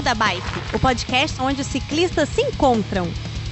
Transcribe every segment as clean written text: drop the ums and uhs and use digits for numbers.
Beco da Bike, o podcast onde os ciclistas se encontram.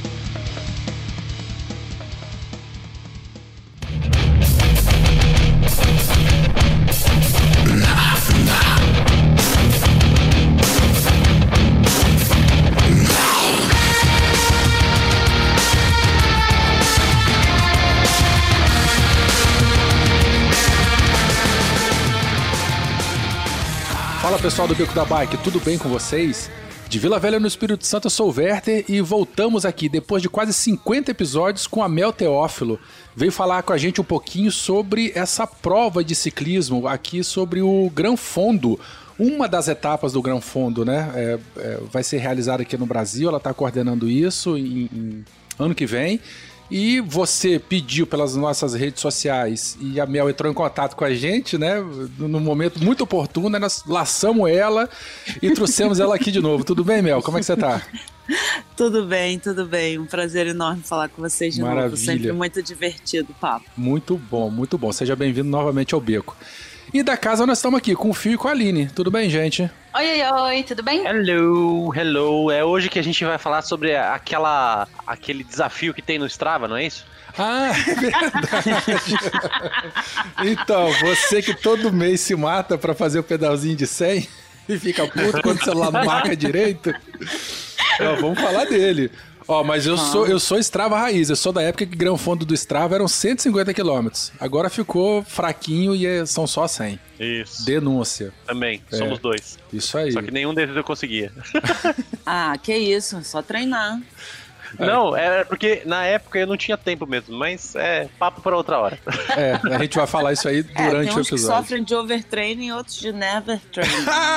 Fala pessoal do Beco da Bike, tudo bem com vocês? De Vila Velha no Espírito Santo, eu sou o Werther e voltamos aqui depois de quase 50 episódios com a Mel Teófilo. Veio falar com a gente um pouquinho sobre essa prova de ciclismo aqui, sobre o Gran Fondo. Uma das etapas do Gran Fondo, né? Vai ser realizada aqui no Brasil, ela está coordenando isso em ano que vem. E você pediu pelas nossas redes sociais e a Mel entrou em contato com a gente, né? Num momento muito oportuno, nós laçamos ela e trouxemos ela aqui de novo. Tudo bem, Mel? Como é que você tá? Tudo bem, tudo bem. Um prazer enorme falar com vocês de novo. Sempre muito divertido o papo. Muito bom, muito bom. Seja bem-vindo novamente ao Beco. E da casa nós estamos aqui com o Fio e com a Aline. Tudo bem, gente? Oi, tudo bem? Hello. É hoje que a gente vai falar sobre aquele desafio que tem no Strava, não é isso? Ah, é verdade. Então, você que todo mês se mata pra fazer o pedalzinho de 100 e fica puto quando o celular não marca direito. Vamos falar dele. Mas eu sou Strava raiz, eu sou da época que o Gran Fondo do Strava eram 150 km. Agora ficou fraquinho e são só 100. Isso. Denúncia. Também, somos dois. Isso aí. Só que nenhum deles eu conseguia. Que isso, só treinar. Não, é porque na época eu não tinha tempo mesmo, mas é papo para outra hora. A gente vai falar isso aí durante o episódio. Tem uns que sofrem de overtraining e outros de never training.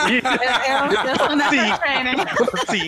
eu sou never training. Sim.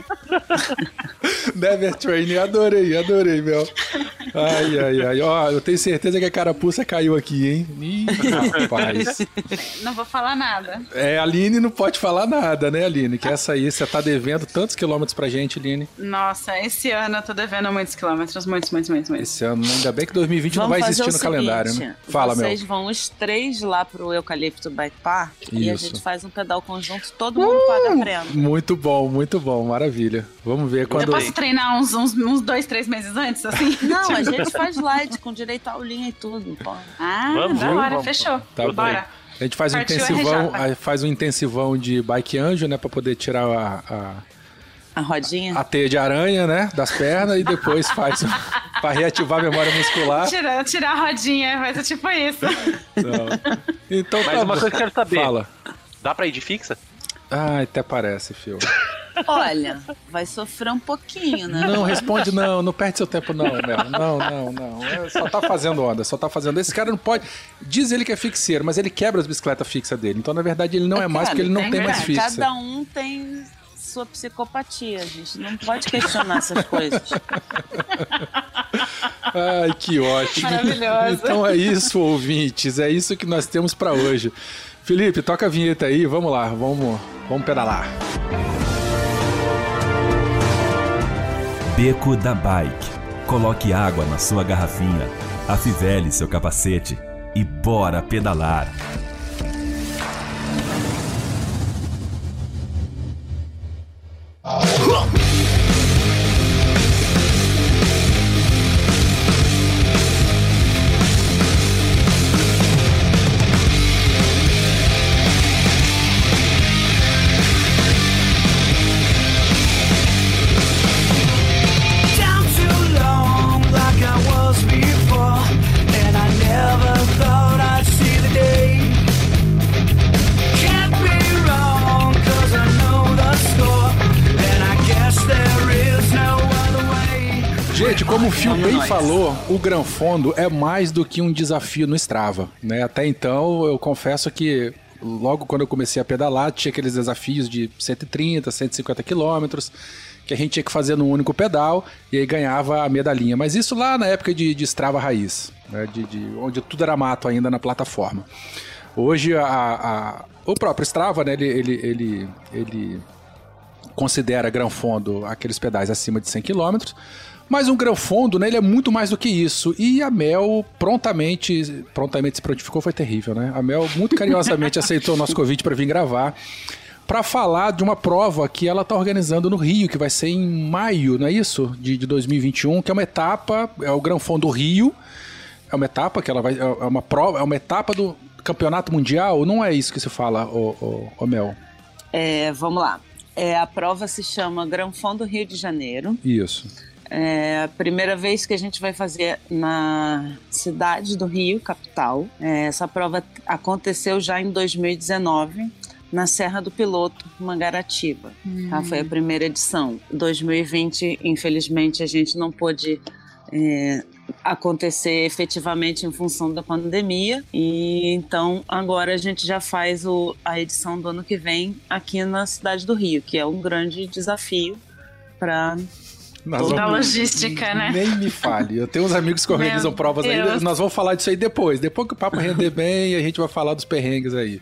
Never training, adorei, Mel. Ai. Eu tenho certeza que a carapuça caiu aqui, hein? Ih, rapaz. Não vou falar nada. A Aline não pode falar nada, né, Aline? Que essa aí, você tá devendo tantos quilômetros pra gente, Aline. Nossa, esse ano eu tô devendo muitos quilômetros, muitos. Esse ano, ainda bem que 2020 não vai existir no calendário, né? Fala, Mel. Vocês vão os três lá pro Eucalipto Bike Park e a gente faz um pedal conjunto, todo mundo paga a prenda. Muito bom, maravilha. Vamos ver quando... Eu posso treinar uns 2-3 meses antes, assim? Não, a gente faz light com direito a aulinha e tudo. Pô. Da hora, fechou. Tá bora. A gente faz um intensivão de bike anjo, né, pra poder tirar a rodinha? A teia de aranha, né? Das pernas e depois faz pra reativar a memória muscular. Tirar a rodinha, mas é tipo isso. Então mas uma coisa que eu quero saber. Fala. Dá pra ir de fixa? Até parece, Fio. Olha, vai sofrer um pouquinho, né? Não, responde não perde seu tempo não, Mel. Não. Só tá fazendo onda, Esse cara não pode... Diz ele que é fixeiro, mas ele quebra as bicicletas fixas dele. Então, na verdade, ele não é mais porque ele não tem mais fixa. Cada um tem... sua psicopatia, a gente não pode questionar essas coisas. Ai, que ótimo. Maravilhoso. Então é isso, ouvintes, é isso que nós temos pra hoje. Felipe, toca a vinheta aí, vamos lá, vamos pedalar. Beco da Bike. Coloque água na sua garrafinha, afivele seu capacete e bora pedalar. Gente, como o Phil bem falou, o Gran Fondo é mais do que um desafio no Strava, né? Até então, eu confesso que logo quando eu comecei a pedalar, tinha aqueles desafios de 130, 150 quilômetros, que a gente tinha que fazer num único pedal, e aí ganhava a medalhinha. Mas isso lá na época de Strava raiz, né? Onde tudo era mato ainda na plataforma. Hoje, o próprio Strava, né? Ele considera Gran Fondo aqueles pedais acima de 100 km, mas um Gran Fondo, né, ele é muito mais do que isso. E a Mel prontamente se prontificou, foi terrível, né? A Mel muito carinhosamente aceitou o nosso convite para vir gravar, para falar de uma prova que ela está organizando no Rio, que vai ser em maio, não é isso? De 2021, que é uma etapa, é o Gran Fondo do Rio. É uma etapa que ela vai. É uma prova, é uma etapa do Campeonato Mundial? Não é isso que se fala, Mel? Vamos lá. A prova se chama Gran Fondo Rio de Janeiro. Isso. É a primeira vez que a gente vai fazer na cidade do Rio, capital. Essa prova aconteceu já em 2019, na Serra do Piloto, Mangaratiba. Tá? Foi a primeira edição. 2020, infelizmente, a gente não pôde acontecer efetivamente em função da pandemia, e então agora a gente já faz a edição do ano que vem aqui na cidade do Rio, que é um grande desafio para toda a logística, né? Nem me fale. Eu tenho uns amigos que organizam provas aí, nós vamos falar disso aí depois que o papo render bem, a gente vai falar dos perrengues aí.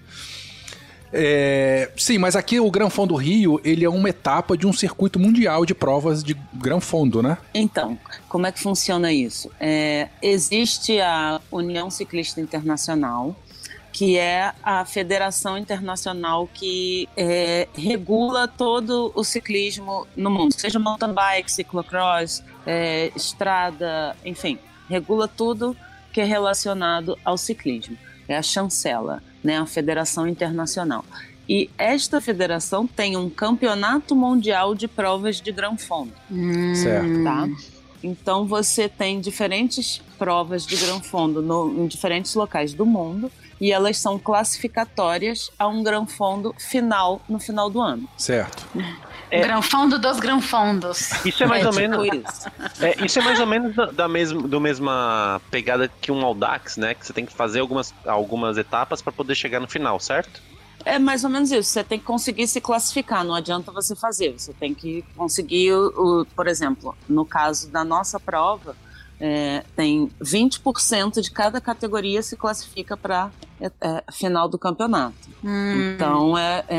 Sim, mas aqui o Gran Fondo do Rio, ele é uma etapa de um circuito mundial de provas de Gran Fondo, né? Então, como é que funciona isso? Existe a União Ciclista Internacional, que é a federação internacional que regula todo o ciclismo no mundo, seja mountain bike, ciclocross, estrada, enfim, regula tudo que é relacionado ao ciclismo. É a chancela, né, a Federação Internacional. E esta federação tem um campeonato mundial de provas de Gran Fondo. Certo. Tá? Então você tem diferentes provas de Gran Fondo em diferentes locais do mundo, e elas são classificatórias a um Gran Fondo final no final do ano. Certo. Gran Fondo dos Gran Fondos. Isso é mais ou tipo menos. Isso. Isso é mais ou menos do mesma pegada que um Audax, né? Que você tem que fazer algumas etapas para poder chegar no final, certo? É mais ou menos isso. Você tem que conseguir se classificar. Não adianta você fazer. Você tem que conseguir, por exemplo, no caso da nossa prova, tem 20% de cada categoria se classifica para a final do campeonato. Então,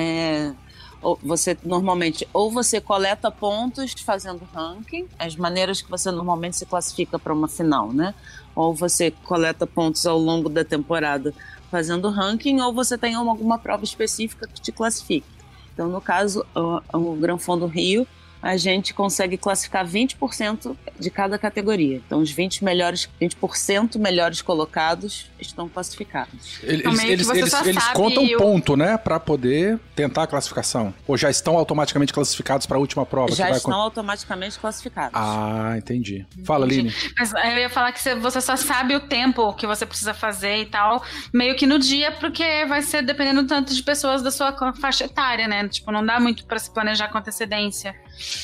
você normalmente, ou você coleta pontos fazendo ranking, as maneiras que você normalmente se classifica para uma final, né? Ou você coleta pontos ao longo da temporada fazendo ranking, ou você tem alguma prova específica que te classifique. Então, no caso, o Gran Fondo Rio, a gente consegue classificar 20% de cada categoria. Então, os 20% melhores colocados estão classificados. Eles contam ponto, né? Para poder tentar a classificação. Ou já estão automaticamente classificados para a última prova? Já estão automaticamente classificados. Ah, entendi. Fala, Aline. Mas eu ia falar que você só sabe o tempo que você precisa fazer e tal, meio que no dia, porque vai ser dependendo do tanto de pessoas da sua faixa etária, né? Tipo, não dá muito para se planejar com antecedência.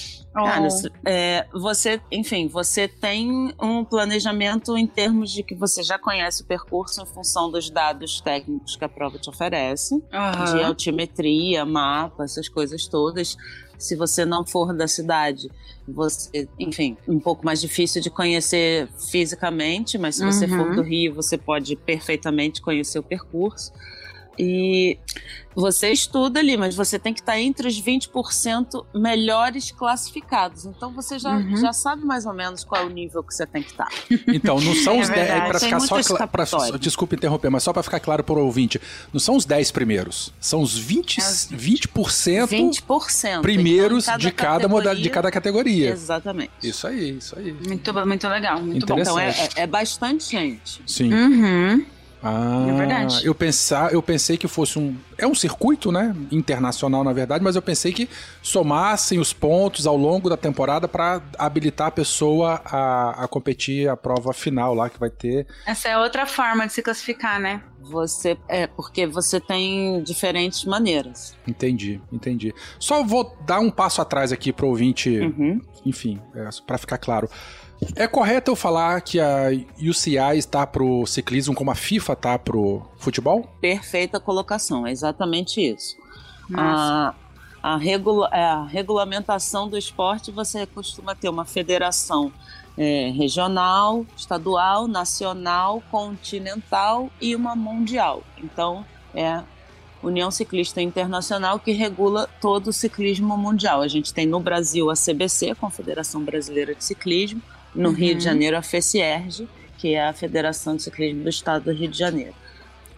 Você tem um planejamento em termos de que você já conhece o percurso em função dos dados técnicos que a prova te oferece, de altimetria, mapa, essas coisas todas. Se você não for da cidade, um pouco mais difícil de conhecer fisicamente, mas se você for do Rio, você pode perfeitamente conhecer o percurso. E você estuda ali, mas você tem que estar entre os 20% melhores classificados. Então você já sabe mais ou menos qual é o nível que você tem que estar. Então, não são os 10, para ficar só desculpa interromper, mas só para ficar claro para o ouvinte, não são os 10 primeiros, são os 20% 20% primeiros de cada categoria. Exatamente. Isso aí. Muito legal, muito bom. Então é bastante gente. Sim. É verdade. Eu pensei que fosse um circuito, né, internacional na verdade, mas eu pensei que somassem os pontos ao longo da temporada para habilitar a pessoa a competir a prova final lá que vai ter. Essa é outra forma de se classificar, né? Porque você tem diferentes maneiras. Entendi. Só vou dar um passo atrás aqui pro ouvinte, enfim, para ficar claro. É correto eu falar que a UCI está pro ciclismo como a FIFA está pro futebol? Perfeita colocação, é exatamente isso. A regulamentação do esporte, você costuma ter uma federação regional, estadual, nacional, continental e uma mundial. Então, é a União Ciclista Internacional que regula todo o ciclismo mundial. A gente tem no Brasil a CBC, Confederação Brasileira de Ciclismo, no Rio de Janeiro a FECIERG, que é a Federação de Ciclismo do Estado do Rio de Janeiro.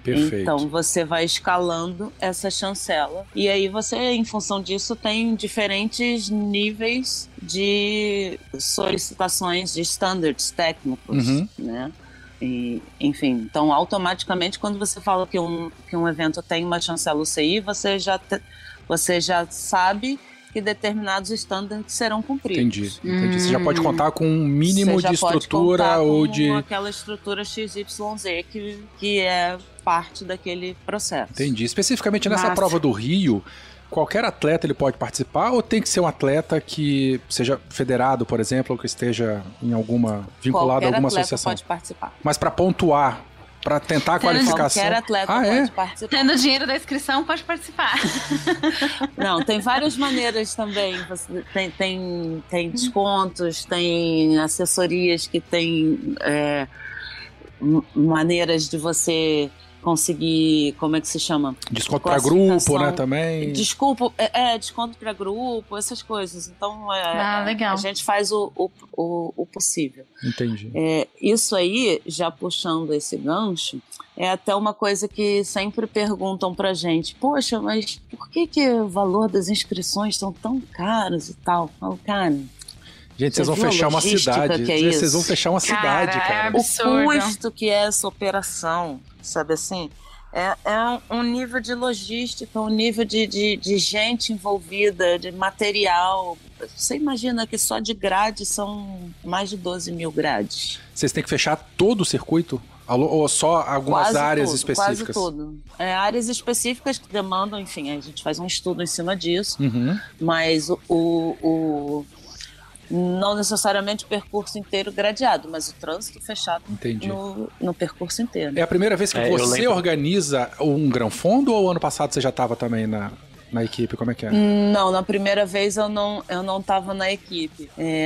Perfeito. Então você vai escalando essa chancela e aí você, em função disso, tem diferentes níveis de solicitações de standards técnicos, né? E, enfim, então automaticamente quando você fala que um evento tem uma chancela UCI, você já sabe que determinados estándares serão cumpridos. Entendi. Você já pode contar com um mínimo de estrutura ou de... aquela estrutura XYZ que é parte daquele processo. Entendi. Especificamente nessa prova do Rio, qualquer atleta ele pode participar ou tem que ser um atleta que seja federado, por exemplo, ou que esteja em alguma vinculado a alguma associação? Qualquer atleta pode participar. Mas para pontuar, para tentar a qualificação... Qualquer atleta pode participar. Tendo dinheiro da inscrição, pode participar. Não, tem várias maneiras também. Você tem descontos, tem assessorias que tem maneiras de você conseguir, como é que se chama? Desconto para grupo, né, também. Desconto para grupo, essas coisas. Então, legal. A gente faz o possível. Entendi. Isso aí, já puxando esse gancho, é até uma coisa que sempre perguntam pra gente. Poxa, mas por que o valor das inscrições estão tão caros e tal? Falo, cara... Gente, vocês vão fechar uma cidade. Vocês vão fechar uma cidade, cara. É absurdo. O custo que é essa operação, sabe assim? É um nível de logística, um nível de gente envolvida, de material. Você imagina que só de grade são mais de 12 mil grades. Vocês têm que fechar todo o circuito? Ou só algumas quase áreas tudo, específicas? Quase tudo. Áreas específicas que demandam, enfim, a gente faz um estudo em cima disso. Mas não necessariamente o percurso inteiro gradeado, mas o trânsito fechado no percurso inteiro. É a primeira vez que você organiza um Gran Fondo ou ano passado você já estava também na equipe? Como é que é? Não, na primeira vez eu não estava na equipe.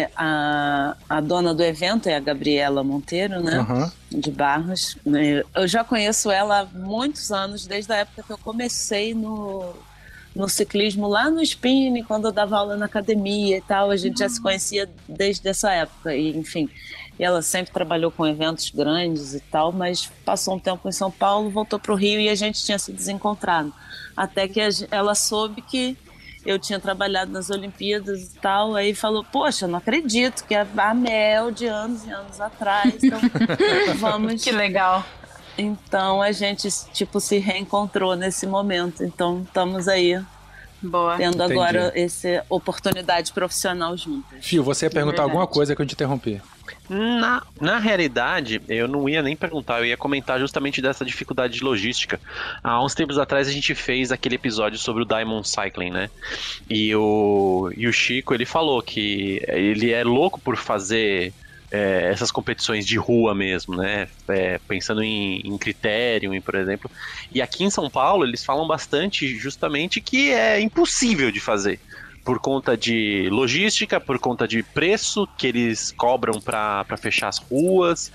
A dona do evento é a Gabriela Monteiro, né? De Barros. Eu já conheço ela há muitos anos, desde a época que eu comecei no ciclismo lá no Spinning, quando eu dava aula na academia e tal, a gente já se conhecia desde essa época, e enfim, ela sempre trabalhou com eventos grandes e tal, mas passou um tempo em São Paulo, voltou para o Rio e a gente tinha se desencontrado, até que ela soube que eu tinha trabalhado nas Olimpíadas e tal, aí falou, poxa, não acredito que é a Mel de anos e anos atrás, então vamos... Que legal! Então a gente se reencontrou nesse momento. Então estamos aí tendo agora essa oportunidade profissional juntas. Fio, você ia perguntar alguma coisa que eu te interrompi. Na realidade, eu não ia nem perguntar, eu ia comentar justamente dessa dificuldade de logística. Há uns tempos atrás a gente fez aquele episódio sobre o Diamond Cycling, né? E o Chico, ele falou que ele é louco por fazer... essas competições de rua mesmo, né? Pensando em Criterium, por exemplo. E aqui em São Paulo eles falam bastante justamente que é impossível de fazer. Por conta de logística, por conta de preço que eles cobram para fechar as ruas,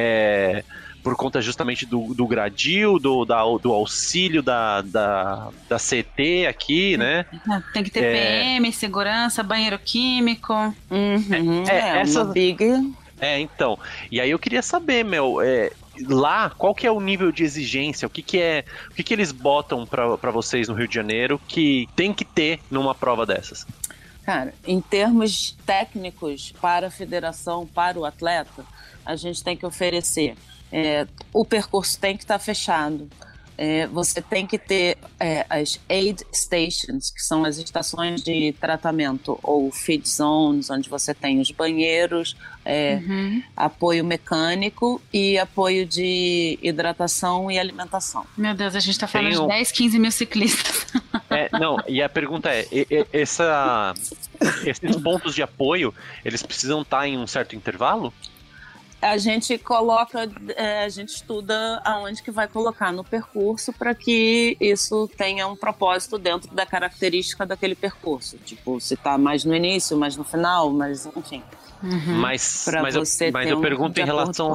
por conta justamente do gradil, do auxílio da CT aqui, né? Tem que ter PM, segurança, banheiro químico. Essa big... então. E aí eu queria saber, lá, qual que é o nível de exigência? O que eles botam para vocês no Rio de Janeiro que tem que ter numa prova dessas? Cara, em termos técnicos para a federação, para o atleta, a gente tem que oferecer. O percurso tem que estar fechado. Você tem que ter as aid stations, que são as estações de tratamento, ou feed zones, onde você tem os banheiros, apoio mecânico e apoio de hidratação e alimentação. Meu Deus, a gente está falando de 10, 15 mil ciclistas. E a pergunta esses pontos de apoio, eles precisam estar em um certo intervalo? A gente coloca, a gente estuda aonde que vai colocar no percurso para que isso tenha um propósito dentro da característica daquele percurso. Tipo, se tá mais no início, mais no final, mas enfim. Mas eu pergunto em relação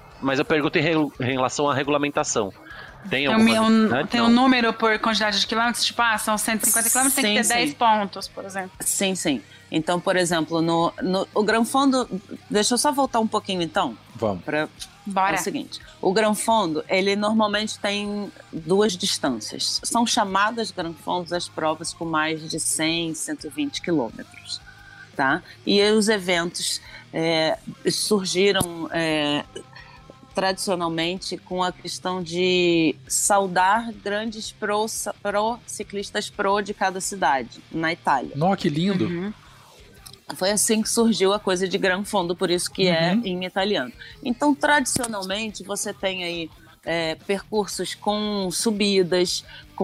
à regulamentação. Tem um número por quantidade de quilômetros? Tipo, são 150 quilômetros, tem que ter 10 pontos, por exemplo. Sim. Então, por exemplo, o Gran Fondo... Deixa eu só voltar um pouquinho, então. Vamos. Bora. É o seguinte, o Gran Fondo, ele normalmente tem 2 distâncias. São chamadas Gran Fondos as provas com mais de 100, 120 quilômetros, tá? E aí os eventos surgiram tradicionalmente com a questão de saudar grandes ciclistas pro de cada cidade, na Itália. Nossa, que lindo! Foi assim que surgiu a coisa de Gran Fondo, por isso que é em italiano. Então, tradicionalmente, você tem aí percursos com subidas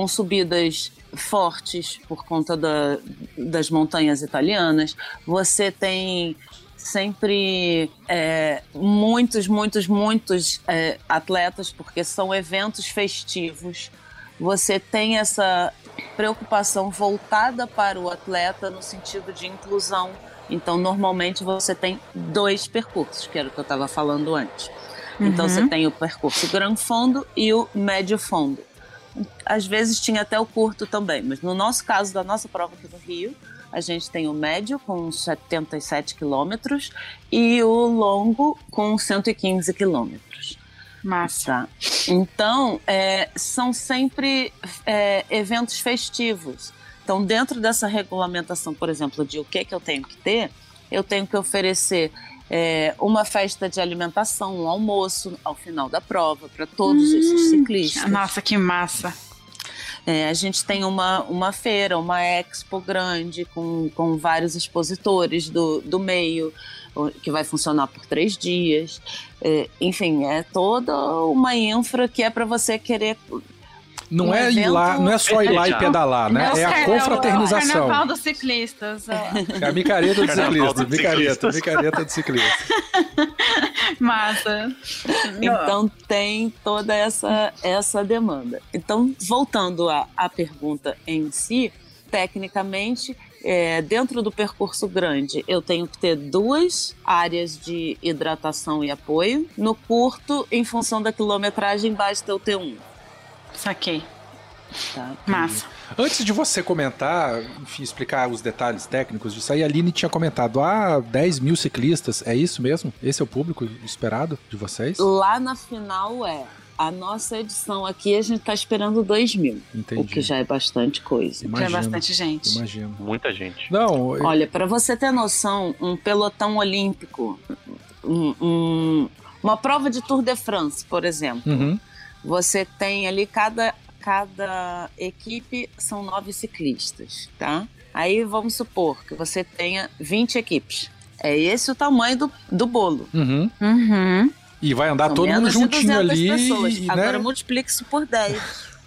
fortes por conta das montanhas italianas. Você tem sempre muitos atletas, porque são eventos festivos. Você tem essa preocupação voltada para o atleta no sentido de inclusão. Então, normalmente, você tem 2 percursos, que era o que eu estava falando antes. Então, você tem o percurso Gran Fondo e o Médio Fondo. Às vezes, tinha até o curto também, mas no nosso caso, da nossa prova aqui no Rio, a gente tem o médio, com 77 quilômetros, e o longo, com 115 quilômetros. Massa. Tá. Então, são sempre eventos festivos. Então, dentro dessa regulamentação, por exemplo, de o que eu tenho que ter, eu tenho que oferecer uma festa de alimentação, um almoço ao final da prova para todos esses ciclistas. Nossa, que massa! A gente tem uma feira, uma expo grande com vários expositores do meio, que vai funcionar por 3 dias. Enfim, é toda uma infra que é para você querer... Não é ir lá, não é só ir lá e pedalar, né? É a confraternização. É o carnaval dos ciclistas. É a micareta do ciclista. Micareta do ciclista. Massa. Então tem toda essa demanda. Então, voltando à pergunta em si, tecnicamente, dentro do percurso grande, eu tenho que ter 2 áreas de hidratação e apoio. No curto, em função da quilometragem, basta eu ter 1. Saquei. Tá. Massa. Antes de você comentar, enfim, explicar os detalhes técnicos disso aí, a Aline tinha comentado, 10 mil ciclistas, é isso mesmo? Esse é o público esperado de vocês? Lá na final a nossa edição aqui, a gente tá esperando 2 mil. Entendi. O que já é bastante coisa. Imagino, já é bastante gente. Imagino. Muita gente. Não, olha, para você ter noção, um pelotão olímpico, uma prova de Tour de France, por exemplo, você tem ali cada equipe são 9 ciclistas, tá? Aí vamos supor que você tenha 20 equipes. É esse o tamanho do bolo. E vai andar são todo mundo juntinho ali. Pessoas. Né? Agora multiplique isso por 10.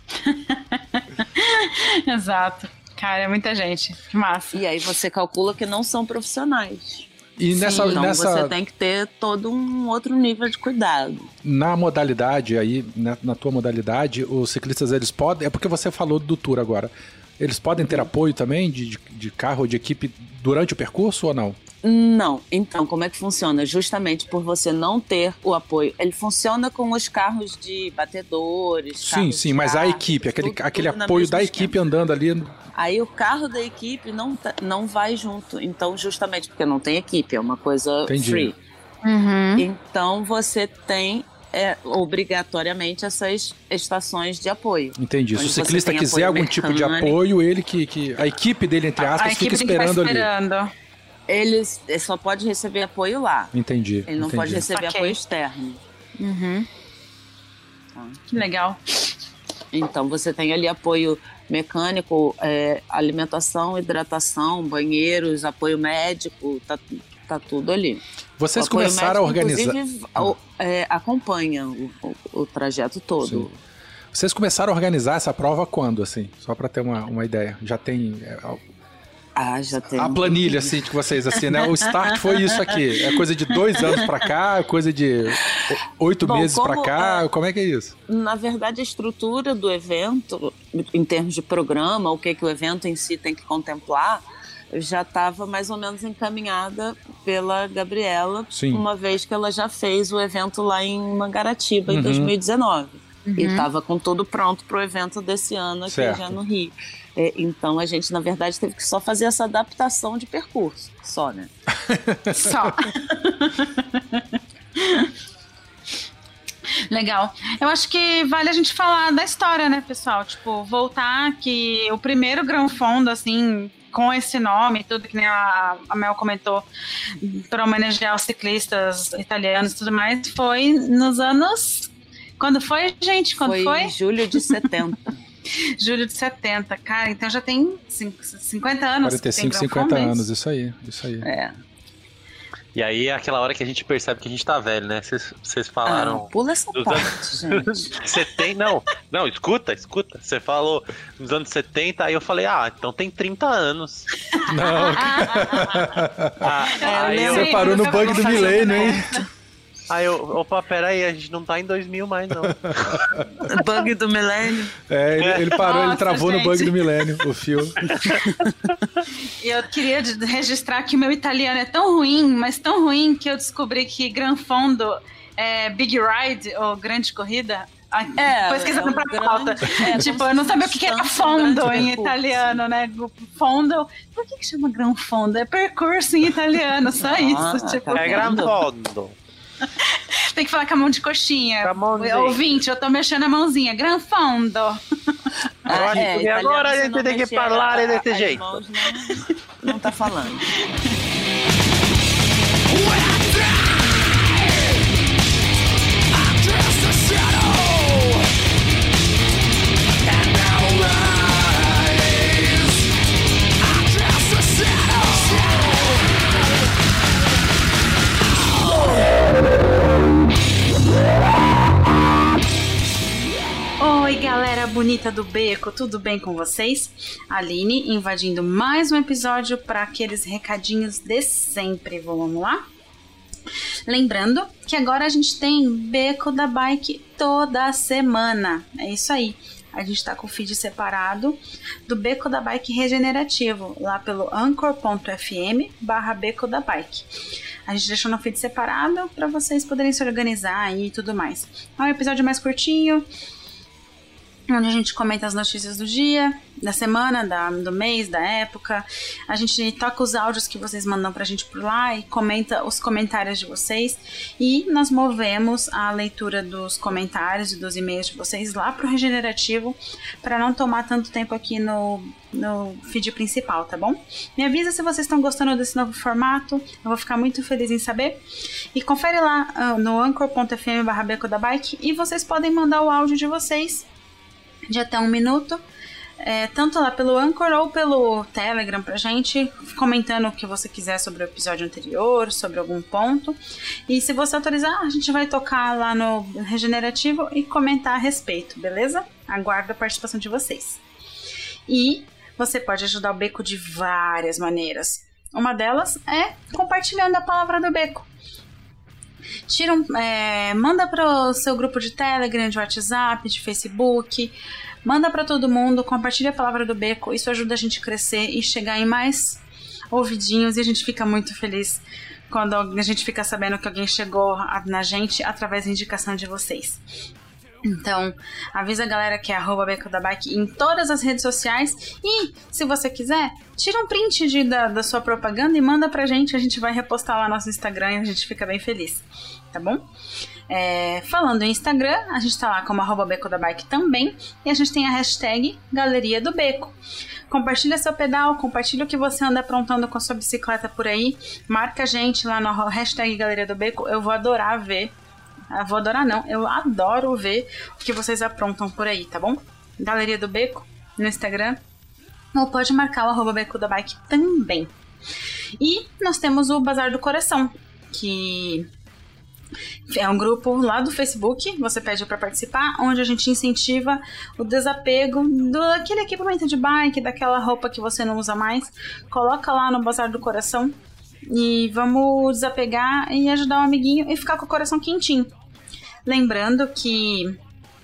Exato. Cara, é muita gente. Que massa. E aí você calcula que não são profissionais. E então você tem que ter todo um outro nível de cuidado. Na modalidade aí, na tua modalidade, os ciclistas, eles podem... É porque você falou do Tour agora. Eles podem ter apoio também de carro ou de equipe durante o percurso ou não? Não. Então, como é que funciona? Justamente por você não ter o apoio. Ele funciona com os carros de batedores. Sim, mas a equipe, aquele apoio da equipe andando ali... Aí o carro da equipe não vai junto. Então, justamente porque não tem equipe, é uma coisa free. Então, você tem obrigatoriamente essas estações de apoio. Entendi. Se o ciclista quiser algum tipo de apoio, a equipe dele, entre aspas, fica esperando ali. Ele só pode receber apoio lá. Entendi. Ele não pode receber apoio externo. Tá. Que legal. Então, você tem ali apoio mecânico, alimentação, hidratação, banheiros, apoio médico, tá tudo ali. Vocês começaram a organizar... Inclusive, acompanha o trajeto todo. Sim. Vocês começaram a organizar essa prova quando, assim? Só para ter uma ideia. Já tem... já tem. A planilha, assim, de vocês, assim, né? O start foi isso aqui. É coisa de 2 anos pra cá, coisa de 8 meses pra cá. Como é que é isso? Na verdade, a estrutura do evento, em termos de programa, o que o evento em si tem que contemplar, já estava mais ou menos encaminhada pela Gabriela, uma vez que ela já fez o evento lá em Mangaratiba, em 2019. E estava com tudo pronto para o evento desse ano aqui já no Rio. Então a gente, na verdade, teve que só fazer essa adaptação de percurso. Só, né? Só. Legal. Eu acho que vale a gente falar da história, né, pessoal? Tipo, voltar que o primeiro Gran Fondo, assim, com esse nome, tudo que nem a Mel comentou, para homenagear os ciclistas italianos e tudo mais, foi nos anos... Quando foi, gente? Quando foi? Julho de 70. Julho de 70, cara, então já tem 50 anos. 45, 50 anos, isso aí. É. E aí é aquela hora que a gente percebe que a gente tá velho, né? Vocês falaram... pula essa parte, gente. 70, não, escuta. Você falou nos anos 70, aí eu falei, então tem 30 anos. Não. Aí você parou no bug do milênio, hein? Aí opa, peraí, a gente não tá em 2000 mais, não. Bug do milênio. Ele parou, Nossa, ele travou gente. no bug do milênio, o fio. E eu queria registrar que o meu italiano é tão ruim, mas tão ruim, que eu descobri que Gran Fondo é Big Ride, ou Grande Corrida. Pesquisando pra pauta. Tipo, eu não sabia o que era fondo em italiano, né? Fondo. Por que chama Gran Fondo? É percurso em italiano, só isso. Tipo, é Gran Fondo. Tem que falar com a mão de coxinha. Ouvinte, eu tô mexendo a mãozinha. Gran Fondo. E agora a gente tem que falar desse jeito. Não tá falando. Oi, galera bonita do Beco, tudo bem com vocês? Aline invadindo mais um episódio para aqueles recadinhos de sempre. Vamos lá? Lembrando que agora a gente tem Beco da Bike toda semana. É isso aí. A gente tá com o feed separado do Beco da Bike regenerativo, lá pelo anchor.fm/Beco da Bike. A gente deixou no feed separado para vocês poderem se organizar aí e tudo mais. É um episódio mais curtinho, onde a gente comenta as notícias do dia, da semana, do mês, da época. A gente toca os áudios que vocês mandam pra gente por lá e comenta os comentários de vocês. E nós movemos a leitura dos comentários e dos e-mails de vocês lá pro regenerativo, para não tomar tanto tempo aqui no feed principal, tá bom? Me avisa se vocês estão gostando desse novo formato, eu vou ficar muito feliz em saber. E confere lá no anchor.fm/Beco da Bike e vocês podem mandar o áudio de vocês de até 1 minuto, tanto lá pelo Anchor ou pelo Telegram pra gente, comentando o que você quiser sobre o episódio anterior, sobre algum ponto. E se você autorizar, a gente vai tocar lá no regenerativo e comentar a respeito, beleza? Aguardo a participação de vocês. E você pode ajudar o Beco de várias maneiras. Uma delas é compartilhando a palavra do Beco. Manda para o seu grupo de Telegram, de WhatsApp, de Facebook, manda para todo mundo, compartilha a palavra do Beco, isso ajuda a gente a crescer e chegar em mais ouvidinhos, e a gente fica muito feliz quando a gente fica sabendo que alguém chegou na gente através da indicação de vocês. Então, avisa a galera que é @Beco da Bike em todas as redes sociais. E, se você quiser, tira um print da sua propaganda e manda pra gente. A gente vai repostar lá no nosso Instagram e a gente fica bem feliz, tá bom? Falando em Instagram, a gente tá lá como @Beco da Bike também. E a gente tem a hashtag Galeria do Beco. Compartilha seu pedal, compartilha o que você anda aprontando com a sua bicicleta por aí. Marca a gente lá no hashtag Galeria do Beco. Eu vou adorar ver. Eu adoro ver o que vocês aprontam por aí, tá bom? Galeria do Beco no Instagram, ou pode marcar o @Beco da Bike também. E nós temos o Bazar do Coração, que é um grupo lá do Facebook, você pede para participar, onde a gente incentiva o desapego daquele equipamento de bike, daquela roupa que você não usa mais. Coloca lá no Bazar do Coração e vamos desapegar e ajudar um amiguinho e ficar com o coração quentinho. Lembrando que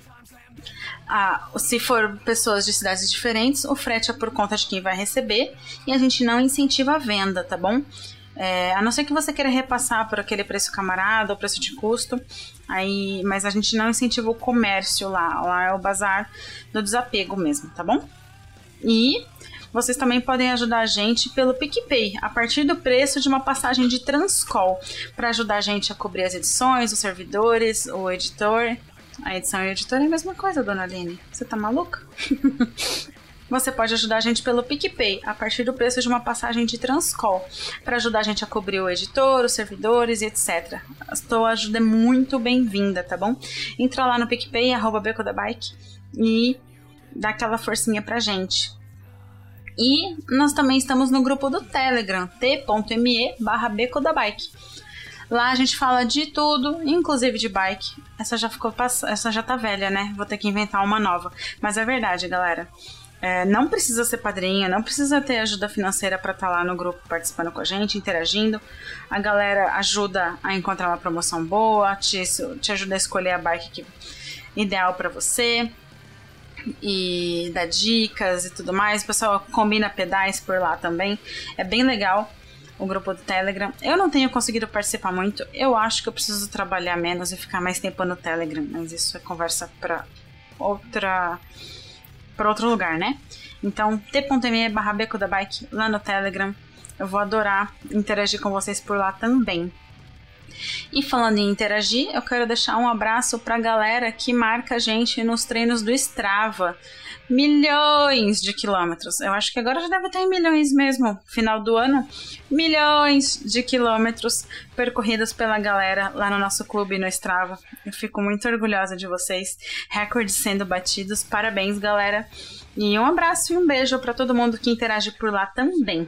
se for pessoas de cidades diferentes, o frete é por conta de quem vai receber e a gente não incentiva a venda, tá bom? A não ser que você queira repassar por aquele preço camarada ou preço de custo, mas a gente não incentiva o comércio lá é o bazar do desapego mesmo, tá bom? E vocês também podem ajudar a gente pelo PicPay, a partir do preço de uma passagem de Transcol, para ajudar a gente a cobrir as edições, os servidores, o editor A edição e a editora é a mesma coisa, dona Aline. Você tá maluca? Você pode ajudar a gente pelo PicPay, a partir do preço de uma passagem de Transcol, para ajudar a gente a cobrir o editor, os servidores e etc. A sua ajuda é muito bem-vinda, tá bom? Entra lá no PicPay, @becodabike, e dá aquela forcinha pra gente. E nós também estamos no grupo do Telegram, t.me/becodabike. Lá a gente fala de tudo, inclusive de bike. Essa já tá velha, né? Vou ter que inventar uma nova. Mas é verdade, galera. Não precisa ser padrinho, não precisa ter ajuda financeira para estar lá no grupo participando com a gente, interagindo. A galera ajuda a encontrar uma promoção boa, te ajuda a escolher a bike ideal para você e dá dicas e tudo mais. O pessoal combina pedais por lá também. É bem legal o grupo do Telegram. Eu não tenho conseguido participar muito. Eu acho que eu preciso trabalhar menos e ficar mais tempo no Telegram, mas isso é conversa para outro lugar, né? Então, t.me/becodabike lá no Telegram. Eu vou adorar interagir com vocês por lá também. E falando em interagir, eu quero deixar um abraço pra galera que marca a gente nos treinos do Strava. Milhões de quilômetros. Eu acho que agora já deve estar em milhões mesmo. Final do ano, milhões de quilômetros percorridos pela galera lá no nosso clube no Strava. Eu fico muito orgulhosa de vocês. Recordes sendo batidos. Parabéns, galera. E um abraço e um beijo para todo mundo que interage por lá também.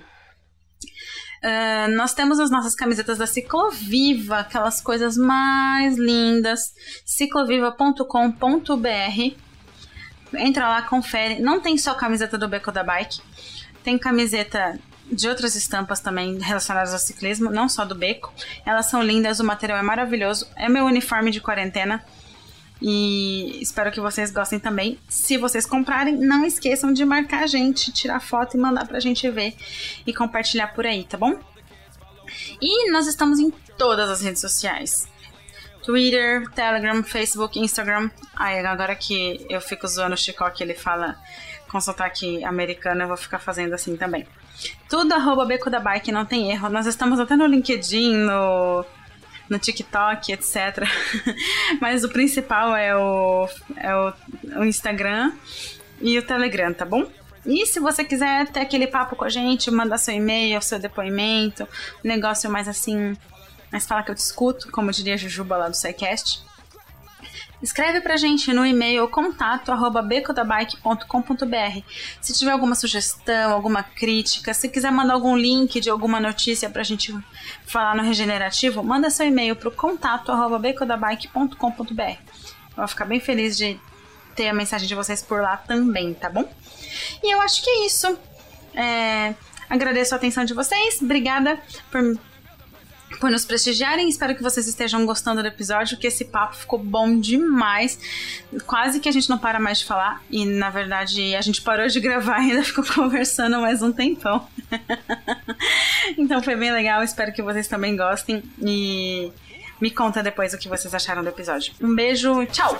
Nós temos as nossas camisetas da Cicloviva, aquelas coisas mais lindas. cicloviva.com.br. Entra lá, confere. Não tem só camiseta do Beco da Bike, tem camiseta de outras estampas também relacionadas ao ciclismo, não só do Beco. Elas são lindas, o material é maravilhoso. É meu uniforme de quarentena e espero que vocês gostem também. Se vocês comprarem, não esqueçam de marcar a gente, tirar foto e mandar pra gente ver e compartilhar por aí, tá bom? E nós estamos em todas as redes sociais: Twitter, Telegram, Facebook, Instagram. Agora que eu fico zoando o Chico que ele fala com sotaque americano, eu vou ficar fazendo assim também. Tudo @Beco da Bike, não tem erro. Nós estamos até no LinkedIn, no TikTok, etc. Mas o principal é o Instagram e o Telegram, tá bom? E se você quiser ter aquele papo com a gente, mandar seu e-mail, seu depoimento, um negócio mais assim, mas fala que eu te escuto, como diria a Jujuba lá do SciCast, escreve pra gente no e-mail contato@becodabike.com.br. Se tiver alguma sugestão, alguma crítica, se quiser mandar algum link de alguma notícia pra gente falar no Regenerativo, manda seu e-mail pro contato@becodabike.com.br. Eu vou ficar bem feliz de ter a mensagem de vocês por lá também, tá bom? E eu acho que é isso. Agradeço a atenção de vocês, obrigada por nos prestigiarem. Espero que vocês estejam gostando do episódio, que esse papo ficou bom demais. Quase que a gente não para mais de falar. E, na verdade, a gente parou de gravar e ainda ficou conversando mais um tempão. Então foi bem legal. Espero que vocês também gostem. E me conta depois o que vocês acharam do episódio. Um beijo, tchau!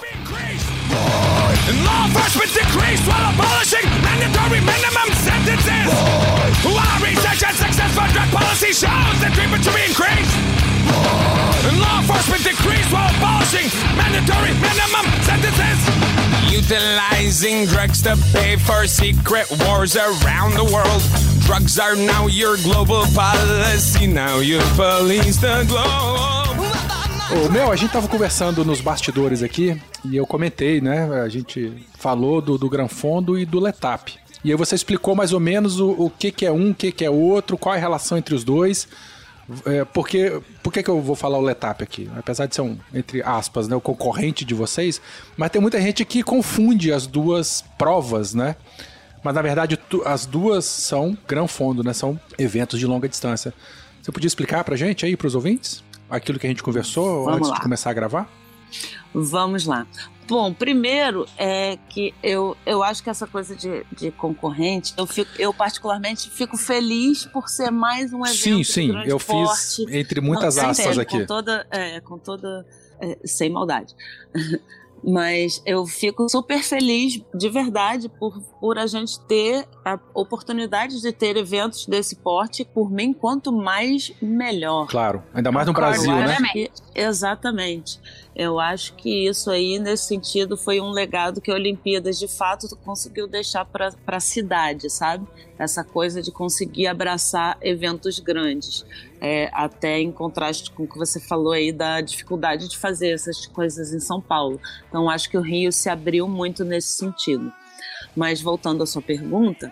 Law enforcement decreased while abolishing mandatory minimum sentences. While research and successful drug policy shows that treatment should be increased. Law enforcement decreased while abolishing mandatory minimum sentences. Utilizing drugs to pay for secret wars around the world. Drugs are now your global policy. Now you police the globe. A gente tava conversando nos bastidores aqui e eu comentei, né? A gente falou do Granfondo e do Letap. E aí você explicou mais ou menos o que é um, o que é outro, qual é a relação entre os dois. Por que eu vou falar o Letap aqui? Apesar de ser entre aspas, né, o concorrente de vocês, mas tem muita gente que confunde as duas provas, né? Mas na verdade as duas são Granfondo, né? São eventos de longa distância. Você podia explicar pra gente aí, pros ouvintes? Aquilo que a gente conversou antes de começar a gravar? Vamos lá. Bom, primeiro é que eu acho que essa coisa de concorrente, eu particularmente fico feliz por ser mais um evento sim, eu fiz entre muitas aspas aqui. Com toda sem maldade. Mas eu fico super feliz, de verdade, por a gente ter a oportunidade de ter eventos desse porte. Por mim, quanto mais, melhor. Claro, ainda mais no Brasil, né? Exatamente. Eu acho que isso aí, nesse sentido, foi um legado que a Olimpíadas, de fato, conseguiu deixar para a cidade, sabe? Essa coisa de conseguir abraçar eventos grandes. Até em contraste com o que você falou aí da dificuldade de fazer essas coisas em São Paulo. Então, acho que o Rio se abriu muito nesse sentido. Mas, voltando à sua pergunta,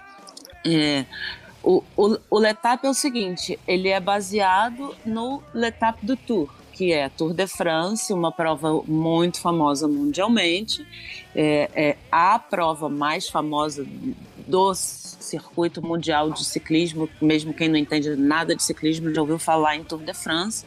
o L'Étape é o seguinte, ele é baseado no L'Étape du Tour, que é a Tour de France, uma prova muito famosa mundialmente, a prova mais famosa do circuito mundial de ciclismo, mesmo quem não entende nada de ciclismo já ouviu falar em Tour de France.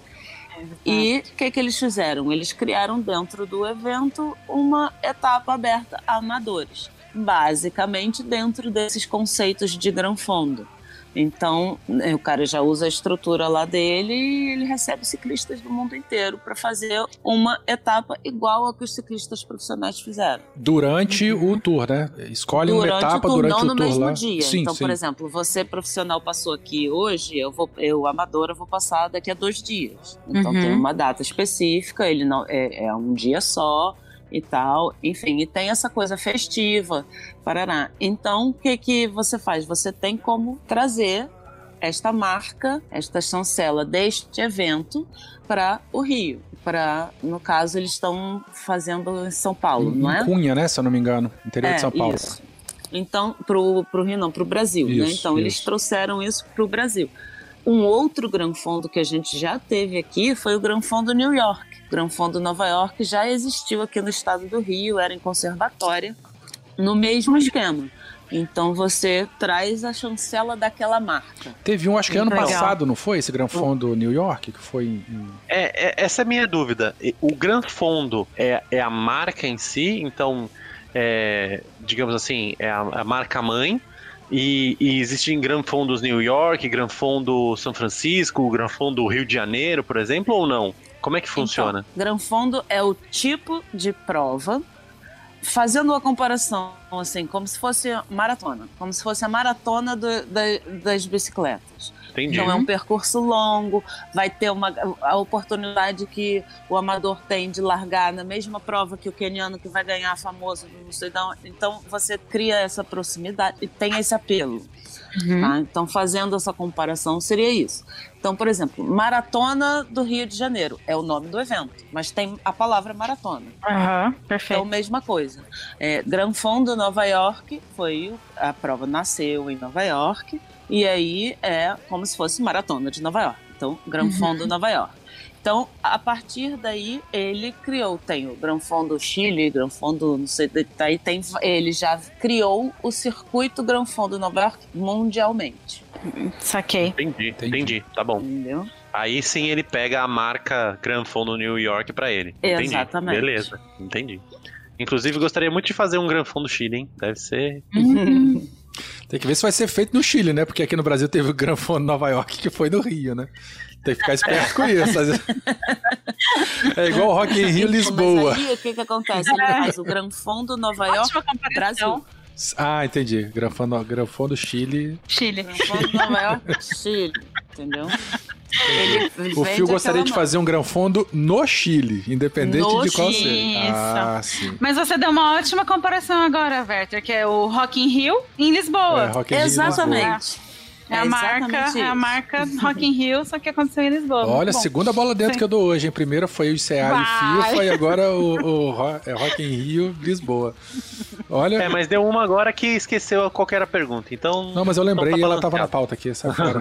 E o que eles fizeram? Eles criaram dentro do evento uma etapa aberta a amadores, basicamente dentro desses conceitos de Gran Fondo. Então, o cara já usa a estrutura lá dele e ele recebe ciclistas do mundo inteiro para fazer uma etapa igual a que os ciclistas profissionais fizeram. Durante o tour, né? Escolhe uma etapa durante o tour lá. Não no mesmo dia. Sim, então, por exemplo, você profissional passou aqui hoje, eu amadora, vou passar daqui a 2 dias. Então tem uma data específica, ele não é um dia só e tal, enfim, e tem essa coisa festiva, parará. Então, o que você faz? Você tem como trazer esta marca, esta chancela deste evento para o Rio. No caso, eles estão fazendo em São Paulo, não é? Cunha, né, se eu não me engano, interior de São Paulo. Isso. Então, pro Rio não, pro Brasil, né? Então, eles trouxeram isso pro Brasil. Um outro Gran Fondo que a gente já teve aqui foi o Gran Fondo New York. O Gran Fondo Nova York já existiu aqui no estado do Rio, era em conservatória, no mesmo esquema. Então você traz a chancela daquela marca. Teve um, acho que ano passado, não foi? Esse Gran Fondo New York, que foi... Essa é a minha dúvida. O Gran Fondo é a marca em si, então, digamos assim, é a marca mãe, e existem Gran Fondos New York, Gran Fondo São Francisco, Gran Fondo Rio de Janeiro, por exemplo, ou não? Como é que funciona? Então, Gran Fondo é o tipo de prova, fazendo uma comparação, assim, como se fosse maratona, como se fosse a maratona das bicicletas. Entendi. Então é um percurso longo, vai ter a oportunidade que o amador tem de largar na mesma prova que o queniano que vai ganhar famoso, não sei de onde. Então você cria essa proximidade e tem esse apelo. Tá? Então, fazendo essa comparação, seria isso. Então, por exemplo, Maratona do Rio de Janeiro é o nome do evento, mas tem a palavra maratona. Perfeito. Então, mesma coisa. Gran Fondo Nova York a prova nasceu em Nova York, e aí é como se fosse Maratona de Nova York. Então, Gran Fondo Nova York. Então, a partir daí, ele tem o Gran Fondo Chile, Gran Fondo, não sei, daí ele já criou o circuito Gran Fondo Nova York mundialmente. Saquei. Entendi, tá bom. Entendeu? Aí sim ele pega a marca Gran Fondo New York pra ele. Entendi. Exatamente. Beleza, entendi. Inclusive, gostaria muito de fazer um Gran Fondo Chile, hein? Deve ser... Tem que ver se vai ser feito no Chile, né? Porque aqui no Brasil teve o Gran Fondo Nova York, que foi no Rio, né? Tem que ficar esperto com isso. É igual o Rock in Rio Lisboa. Mas aí, o que acontece? Ele faz o Gran Fondo Nova York Brasil. Ah, entendi. Gran Fondo Chile. Gran Fondo Nova York Chile. Entendeu? O Fio gostaria de fazer um Gran Fondo no Chile, independente de qual seja. Ah, sim. Mas você deu uma ótima comparação agora, Werther, que é o Rock in Rio em Lisboa. Rock in Rio Exatamente. É a marca Rock in Rio, só que aconteceu em Lisboa. Olha, segunda bola dentro que eu dou hoje, hein? Primeira foi o ICA e FIFA, e agora o Rock in Rio, Lisboa. Olha... mas deu uma agora que esqueceu qual que era a pergunta, então... Não, mas eu lembrei e ela tava na pauta aqui, essa fora.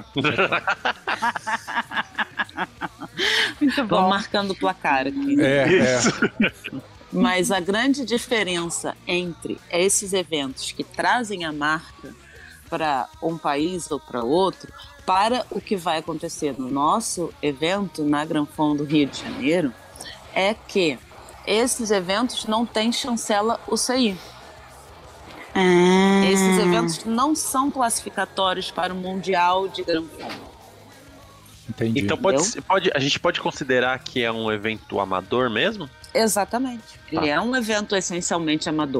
Muito bom. Tô marcando o placar aqui. Mas a grande diferença entre esses eventos que trazem a marca para um país ou para outro, para o que vai acontecer no nosso evento, na Gran Fondo Rio de Janeiro, é que esses eventos não têm chancela UCI. Esses eventos não são classificatórios para o Mundial de Gran Fondo. Entendi. Então a gente pode considerar que é um evento amador mesmo? Exatamente. Ele é um evento essencialmente amador.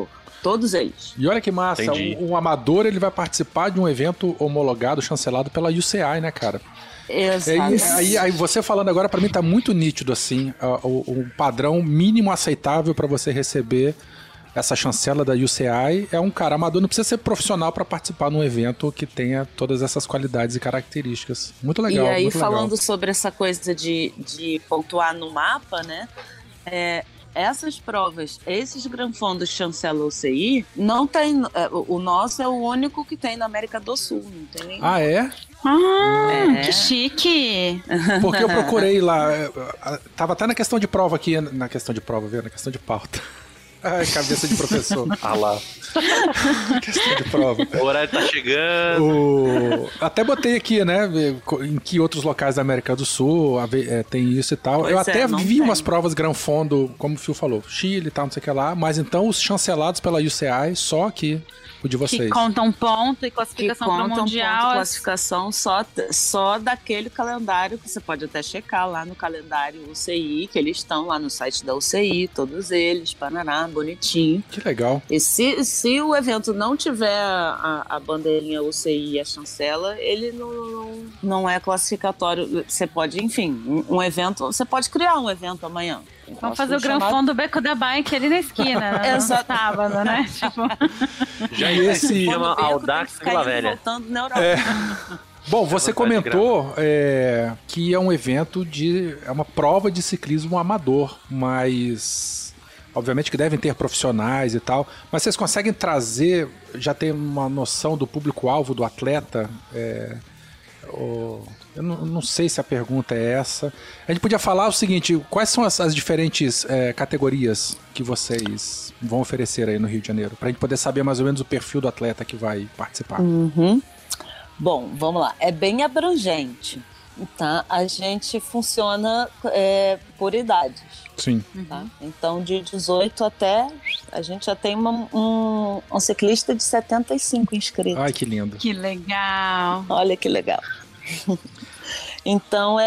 Todos eles. E olha que massa, um amador ele vai participar de um evento homologado, chancelado pela UCI, né, cara? Exato. Aí você falando agora, pra mim tá muito nítido, assim, o padrão mínimo aceitável pra você receber essa chancela da UCI é um cara amador, não precisa ser profissional pra participar num evento que tenha todas essas qualidades e características. Muito legal. E aí, muito falando legal. sobre essa coisa de pontuar no mapa, né? Essas provas, esses Gran Fondos chancela UCI, não tem. O nosso é o único que tem na América do Sul, não tem nenhum. Ah, é? Que chique! Porque eu procurei lá, tava até na questão de prova aqui, na questão de pauta. Ai, cabeça de professor. Ah lá. Questão de prova. O horário tá chegando. Até botei aqui, né, em que outros locais da América do Sul tem isso e tal. Pois eu até vi tem. umas provas Gran Fondo, como o Phil falou, Chile e tal, não sei o que lá, mas então os chancelados pela UCI, só aqui o de vocês. Que contam ponto e classificação para o ponto, Mundial. classificação só daquele calendário que você pode até checar lá no calendário UCI, que eles estão lá no site da UCI, todos eles, Paraná, bonitinho. Que legal. E se o evento não tiver a bandeirinha UCI e a chancela, ele não é classificatório. Você pode, enfim, um evento, você pode criar um evento amanhã. Vamos fazer o Gran Fondo do Beco da Bike ali na esquina, no sábado, né? Tipo... Já esse chama Audax Vila Velha. Voltando na Europa. Bom, você comentou que é um evento é uma prova de ciclismo amador, mas obviamente que devem ter profissionais e tal, mas vocês conseguem trazer, já tem uma noção do público-alvo do atleta? Eu não sei se a pergunta é essa. A gente podia falar o seguinte, quais são as diferentes categorias que vocês vão oferecer aí no Rio de Janeiro? Pra gente poder saber mais ou menos o perfil do atleta que vai participar. Bom, vamos lá. É bem abrangente. Tá? A gente funciona por idades. Sim. Tá? Então, de 18 até... A gente já tem um ciclista de 75 inscritos. Ai, que lindo. Que legal. Olha que legal. Então,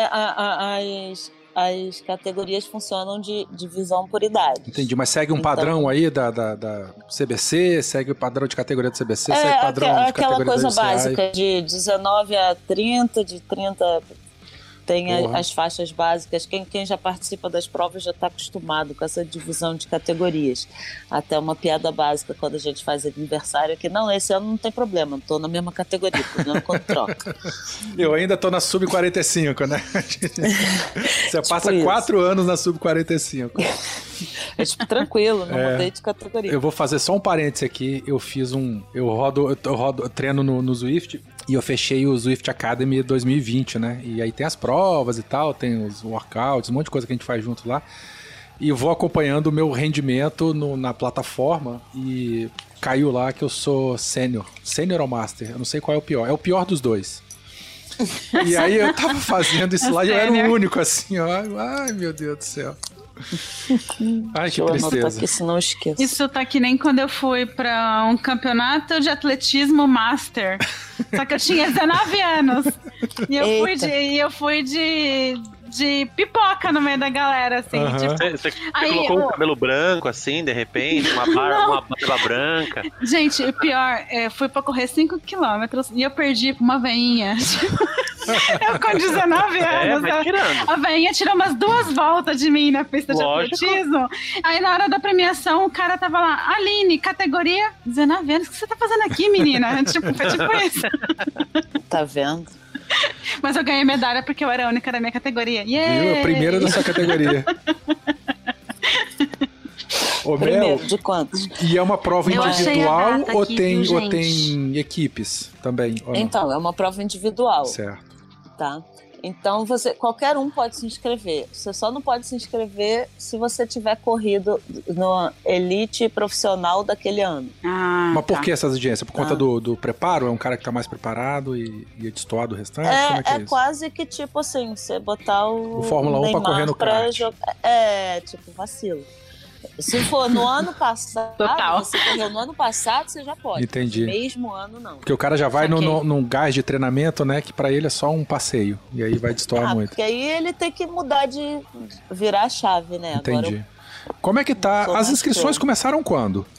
as categorias funcionam de divisão por idade. Entendi, mas segue um padrão aí da CBC, segue o padrão de categoria do CBC, segue o padrão de aquela categoria coisa da UCI. básica, de 19 a 30, de 30... Tem as faixas básicas. Quem já participa das provas já está acostumado com essa divisão de categorias. Até uma piada básica quando a gente faz aniversário aqui. Não, esse ano não tem problema, estou na mesma categoria, problema quando troca. Eu ainda estou na sub-45, né? Você passa 4 anos na sub-45. É tipo, tranquilo, não mudei de categoria. Eu vou fazer só um parêntese aqui. Eu treino no Zwift. E eu fechei o Zwift Academy 2020, né? E aí tem as provas e tal, tem os workouts, um monte de coisa que a gente faz junto lá. E vou acompanhando o meu rendimento na plataforma e caiu lá que eu sou sênior ou master, eu não sei qual é o pior. É o pior dos dois. E aí eu tava fazendo isso lá e eu era o único assim, ó. Ai, meu Deus do céu. Ai, que tristeza. Aqui, senão eu esqueço. Isso tá que nem quando eu fui pra um campeonato de atletismo master. Só que eu tinha 19 anos. E eu fui de pipoca no meio da galera, assim. Tipo, você colocou um cabelo branco, assim, de repente, uma barba branca. Gente, o pior, fui pra correr 5 quilômetros e eu perdi pra uma veinha. Eu com 19 anos. A veinha tirou umas 2 voltas de mim na pista de atletismo. Aí na hora da premiação, o cara tava lá, Aline, categoria 19 anos, o que você tá fazendo aqui, menina? Foi tipo isso. Tá vendo? Mas eu ganhei medalha porque eu era a única da minha categoria. Viu? A primeira da sua categoria. Primeiro, de quantos? E é uma prova individual ou tem equipes também? Então, é uma prova individual. Certo. Tá? Então, qualquer um pode se inscrever. Você só não pode se inscrever se você tiver corrido no elite profissional daquele ano. Mas por que essa exigência? Por conta do preparo? É um cara que tá mais preparado e é destoar do restante? Como é que é isso? Quase que tipo assim, você botar o Fórmula 1 pra correr no kart. Tipo vacilo. Se for no ano passado, você correu no ano passado, você já pode. Entendi. No mesmo ano, não. Porque o cara já vai num gás de treinamento, né? Que pra ele é só um passeio. E aí vai destoar muito. Porque aí ele tem que mudar virar a chave, né? Entendi. Como é que tá? As inscrições começaram quando?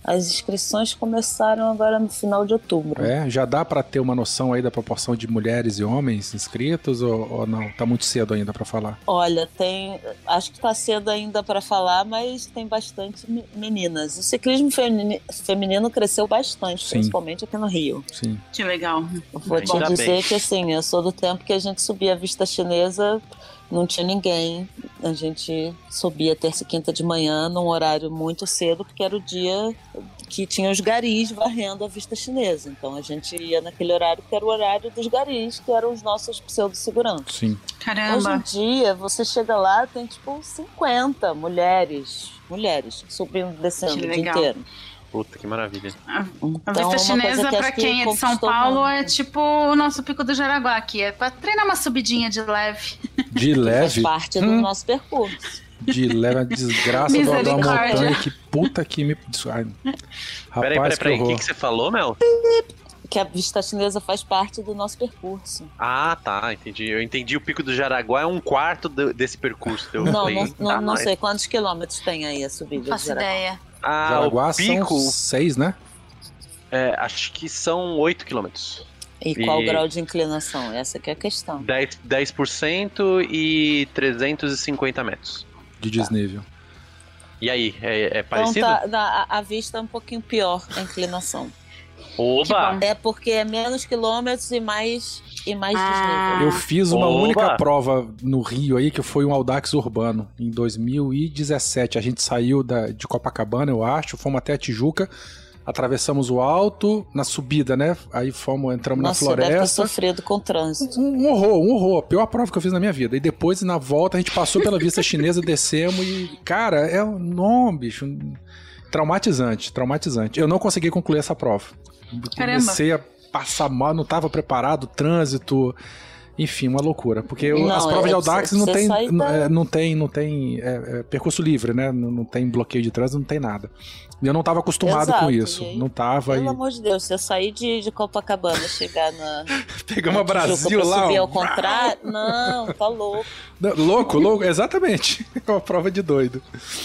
As inscrições começaram agora no final de outubro. Já dá pra ter uma noção aí da proporção de mulheres e homens inscritos ou não? Tá muito cedo ainda pra falar? Olha, acho que tá cedo ainda pra falar, mas tem bastante meninas. O ciclismo feminino cresceu bastante, Sim. Principalmente aqui no Rio. Sim. Que legal. Eu vou te Ainda dizer bem. que assim, eu sou do tempo que a gente subia a Vista Chinesa, não tinha ninguém. A gente subia terça e quinta de manhã num horário muito cedo, porque era o dia que tinha os garis varrendo a Vista Chinesa. Então a gente ia naquele horário que era o horário dos garis, que eram os nossos pseudo-seguranças. Sim. Caramba. Hoje em dia, você chega lá, tem tipo 50 mulheres subindo e descendo Que o dia legal. inteiro. Puta, que maravilha. A Então, Vista uma coisa Chinesa, que pra acho que quem é de São conquistou Paulo, muito. é tipo o nosso Pico do Jaraguá aqui. É pra treinar uma subidinha de leve. De Faz leve. parte do nosso percurso. De leve, a desgraça da Misericórdia. montanha. Que puta que me... Ai, rapaz, Peraí, que o horror. que você falou, Mel? Que a Vista Chinesa faz parte do nosso percurso. Ah, tá, entendi. Eu entendi o Pico do Jaraguá é um quarto desse percurso. Eu Não falei, não mas- sei quantos quilômetros tem aí a subida Não de faço Jaraguá. ideia. Ah, Jaraguá o pico, são 6, né? acho que são 8 quilômetros. E qual E- o grau de inclinação? Essa que é a questão. 10% e 350 metros. De desnível. E aí, é Então parecido? a vista é um pouquinho pior a inclinação. Oba! É porque é menos quilômetros e mais Ah. desnível. Eu fiz uma Oba! única prova no Rio aí, que foi um Audax urbano, em 2017. A gente saiu de Copacabana, eu acho, fomos até a Tijuca, atravessamos o alto, na subida, né? Aí entramos Nossa, na você deve ter floresta. sofrido com o trânsito. Um horror. A pior prova que eu fiz na minha vida. E depois, na volta, a gente passou pela Vista Chinesa, descemos e, cara, bicho, traumatizante. Eu não consegui concluir essa prova. Caramba. Comecei a passar mal, não estava preparado, trânsito, enfim, uma loucura. Porque Não, as provas de Audax não você tem, sai da- não tem percurso livre, né? Não tem bloqueio de trânsito, não tem nada. E eu não estava acostumado Exato, com isso. e aí, Não tava. Pelo amor de Deus, se eu sair de Copacabana e chegar na Pegamos a Tijuca Brasil pra lá. subir ó. ao contrário, não, tá louco. Louco, exatamente. É uma prova de doido.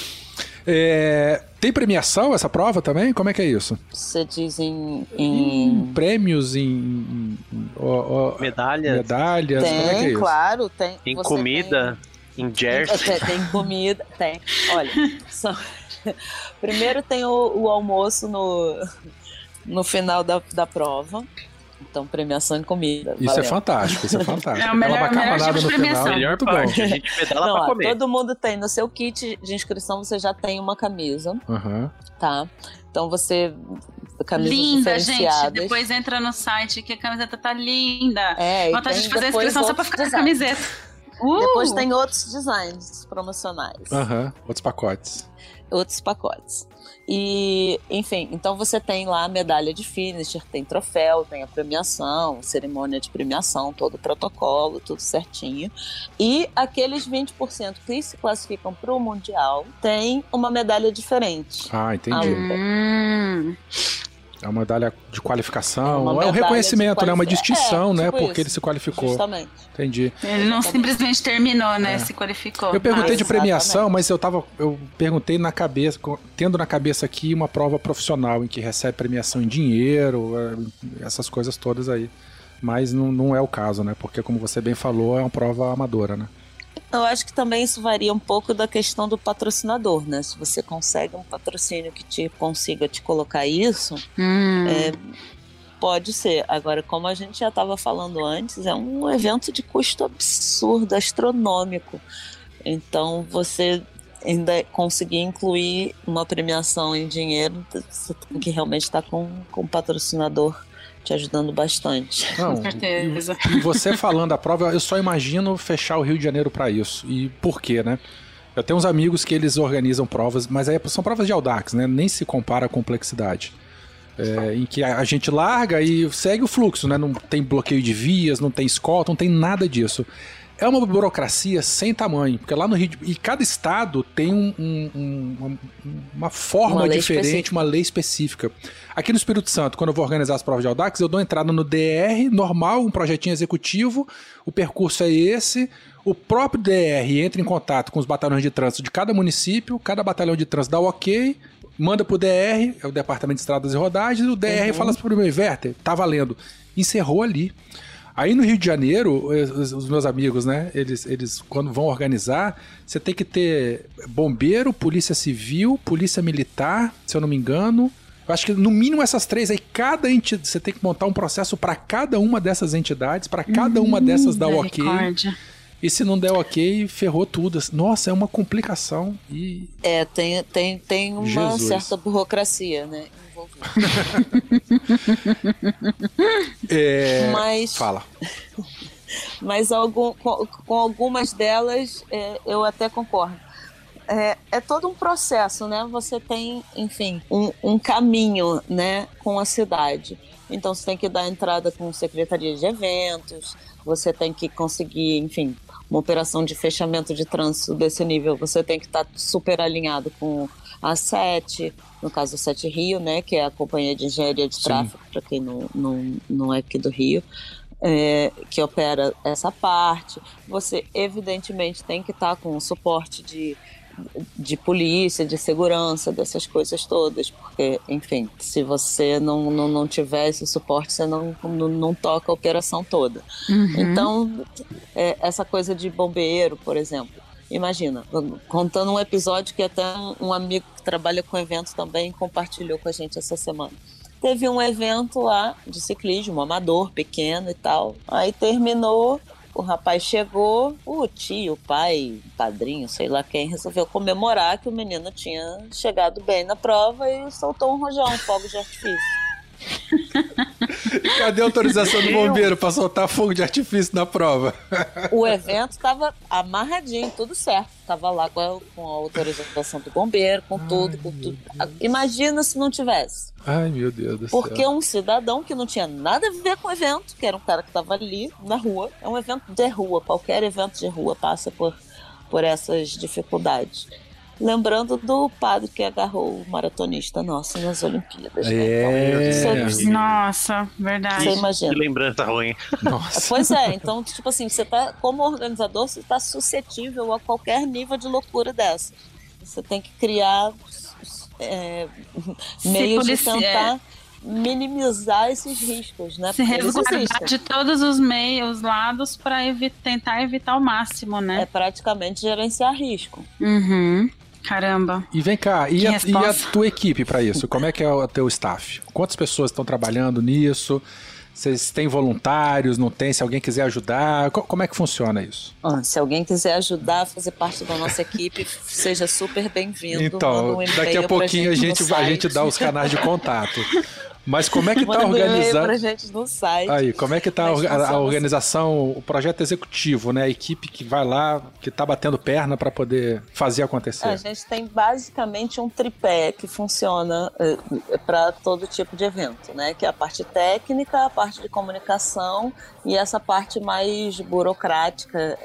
Tem premiação essa prova também? Como é que é isso? Você diz em Prêmios, Medalhas, medalhas, como é que é tem, isso? claro, tem. em Você comida, em jersey. Tem comida, tem. Olha, primeiro tem o almoço no final da prova. Então, premiação em comida. Isso valeu. é fantástico. É o Aquela melhor macarronada tipo de no premiação. final, Melhor muito parte, bom. a gente pedala Não, pra ó, comer. todo mundo tem. No seu kit de inscrição você já tem uma camisa, Aham. tá? Então você... Camisas Linda, gente. diferenciadas. Depois entra no site que a camiseta tá linda. É, e Vontade tem de fazer a depois inscrição só pra outros ficar com a designs. camiseta. Depois tem outros designs promocionais. Aham. Outros pacotes. Outros pacotes. E, enfim, então você tem lá a medalha de finisher, tem troféu, tem a premiação, cerimônia de premiação, todo o protocolo, tudo certinho. E aqueles 20% que se classificam para o Mundial tem uma medalha diferente. Ah, entendi. Ah, É uma medalha de qualificação. É uma É um medalha reconhecimento, de né? Uma qualifi- distinção, é, né? tipo Porque isso. ele se qualificou. Justamente. Entendi. Ele não simplesmente terminou, né? Se qualificou. Eu perguntei de Exatamente. premiação, mas eu perguntei na cabeça, tendo na cabeça aqui uma prova profissional em que recebe premiação em dinheiro, essas coisas todas aí. Mas não é o caso, né? Porque, como você bem falou, é uma prova amadora, né? Eu acho que também isso varia um pouco da questão do patrocinador, né? Se você consegue um patrocínio que consiga te colocar isso, pode ser. Agora, como a gente já estava falando antes, é um evento de custo absurdo, astronômico. Então, você ainda conseguir incluir uma premiação em dinheiro, você tem que realmente estar com um patrocinador te ajudando bastante. Não, Com certeza. E você falando a prova, eu só imagino fechar o Rio de Janeiro para isso. E por quê, né? Eu tenho uns amigos que eles organizam provas, mas aí são provas de Audax, né? Nem se compara a complexidade. Em que a gente larga e segue o fluxo, né? Não tem bloqueio de vias, não tem escolta, não tem nada disso. É uma burocracia sem tamanho, porque lá no Rio e cada estado tem uma forma Uma lei diferente, específica. uma lei específica. Aqui no Espírito Santo, quando eu vou organizar as provas de Audax, eu dou entrada no DR, normal, um projetinho executivo, o percurso é esse, o próprio DR entra em contato com os batalhões de trânsito de cada município, cada batalhão de trânsito dá o ok, manda pro DR, é o Departamento de Estradas e Rodagens, e o DR fala assim pro meu Werther, tá valendo. Encerrou ali. Aí no Rio de Janeiro, os meus amigos, né, eles quando vão organizar, você tem que ter bombeiro, polícia civil, polícia militar, se eu não me engano. Eu acho que no mínimo essas 3 aí, cada entidade, você tem que montar um processo para cada uma dessas entidades, para cada uma dessas dar o ok. E se não der ok, ferrou tudo. Nossa, é uma complicação. E... tem uma certa burocracia, né? Mas, fala. Mas com algumas delas eu até concordo. É todo um processo, né? Você tem, enfim, um caminho, né, com a cidade. Então você tem que dar entrada com secretaria de eventos, você tem que conseguir, enfim, uma operação de fechamento de trânsito desse nível, você tem que estar super alinhado com a SET, no caso a SET Rio, né, que é a Companhia de Engenharia de Tráfego, para quem não é aqui do Rio, que opera essa parte. Você, evidentemente, tem que estar com o suporte de polícia, de segurança, dessas coisas todas, porque, enfim, se você não tiver esse suporte, você não toca a operação toda. Então, essa coisa de bombeiro, por exemplo, imagina, contando um episódio que até um amigo que trabalha com evento também compartilhou com a gente essa semana. Teve um evento lá de ciclismo, amador, pequeno e tal, aí terminou. O rapaz chegou, o tio, o pai, o padrinho, sei lá quem, resolveu comemorar que o menino tinha chegado bem na prova e soltou um rojão, um fogo de artifício. Cadê a autorização do bombeiro para soltar fogo de artifício na prova? O evento estava amarradinho, tudo certo. Estava lá com a autorização do bombeiro, com tudo. Imagina se não tivesse. Ai, meu Deus do céu. Porque um cidadão que não tinha nada a ver com o evento, que era um cara que estava ali na rua, é um evento de rua, qualquer evento de rua passa por essas dificuldades. Lembrando do padre que agarrou o maratonista nosso nas Olimpíadas. Né? Nossa, verdade. Você imagina. Que lembrança ruim. Nossa. Pois é, então, tipo assim, você tá, como organizador, você está suscetível a qualquer nível de loucura dessa. Você tem que criar meios de tentar minimizar esses riscos, né? Se resguardar de todos os meios, lados, para tentar evitar o máximo, né? É praticamente gerenciar risco. Caramba. E vem cá, e a tua equipe para isso? Como é que é o teu staff? Quantas pessoas estão trabalhando nisso? Vocês têm voluntários, não tem? Se alguém quiser ajudar, como é que funciona isso? Se alguém quiser ajudar, fazer parte da nossa equipe, seja super bem-vindo. Então, daqui a pouquinho a gente dá os canais de contato. Mas como é que tá organizando? Pra gente no site. Aí, como é que tá a organização, o projeto executivo, né? A equipe que vai lá, que tá batendo perna para poder fazer acontecer. A gente tem basicamente um tripé que funciona para todo tipo de evento, né? Que é a parte técnica, a parte de comunicação e essa parte mais burocrática,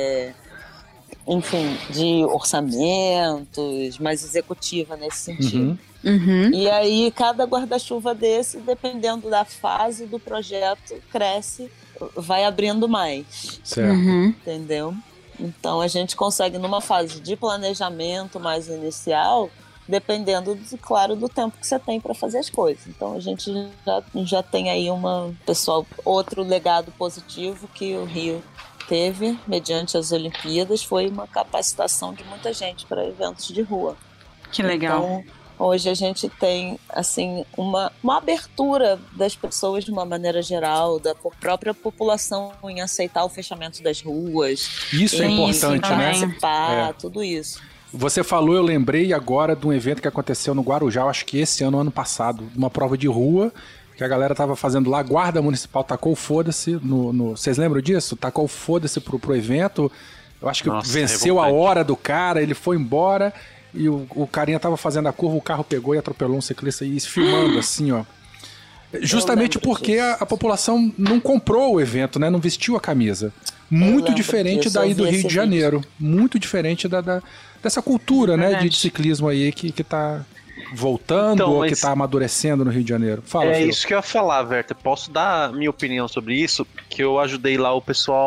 enfim, de orçamentos, mais executiva nesse sentido. E aí, cada guarda-chuva desse, dependendo da fase do projeto, cresce, vai abrindo mais. Certo. Entendeu? Então, a gente consegue, numa fase de planejamento mais inicial, dependendo, claro, do tempo que você tem para fazer as coisas. Então, a gente já tem aí outro legado positivo que o Rio teve, mediante as Olimpíadas, foi uma capacitação de muita gente para eventos de rua. Que legal. Então, hoje a gente tem, assim, uma abertura das pessoas de uma maneira geral, da própria população em aceitar o fechamento das ruas. Isso é importante, né? Participar, tudo isso. Você falou, eu lembrei agora de um evento que aconteceu no Guarujá, acho que esse ano passado, uma prova de rua, que a galera tava fazendo lá, a guarda municipal tacou o foda-se, vocês lembram disso? Tacou o foda-se pro evento, eu acho que venceu a hora do cara, ele foi embora... E o carinha tava fazendo a curva, o carro pegou e atropelou um ciclista e filmando assim, ó. Justamente porque a população não comprou o evento, né? Não vestiu a camisa. Muito diferente daí do Rio de Janeiro. Muito diferente dessa cultura, né? De ciclismo aí que tá voltando ou que tá amadurecendo no Rio de Janeiro. Fala, Fio. Isso que eu ia falar, Werther. Posso dar minha opinião sobre isso? Que eu ajudei lá o pessoal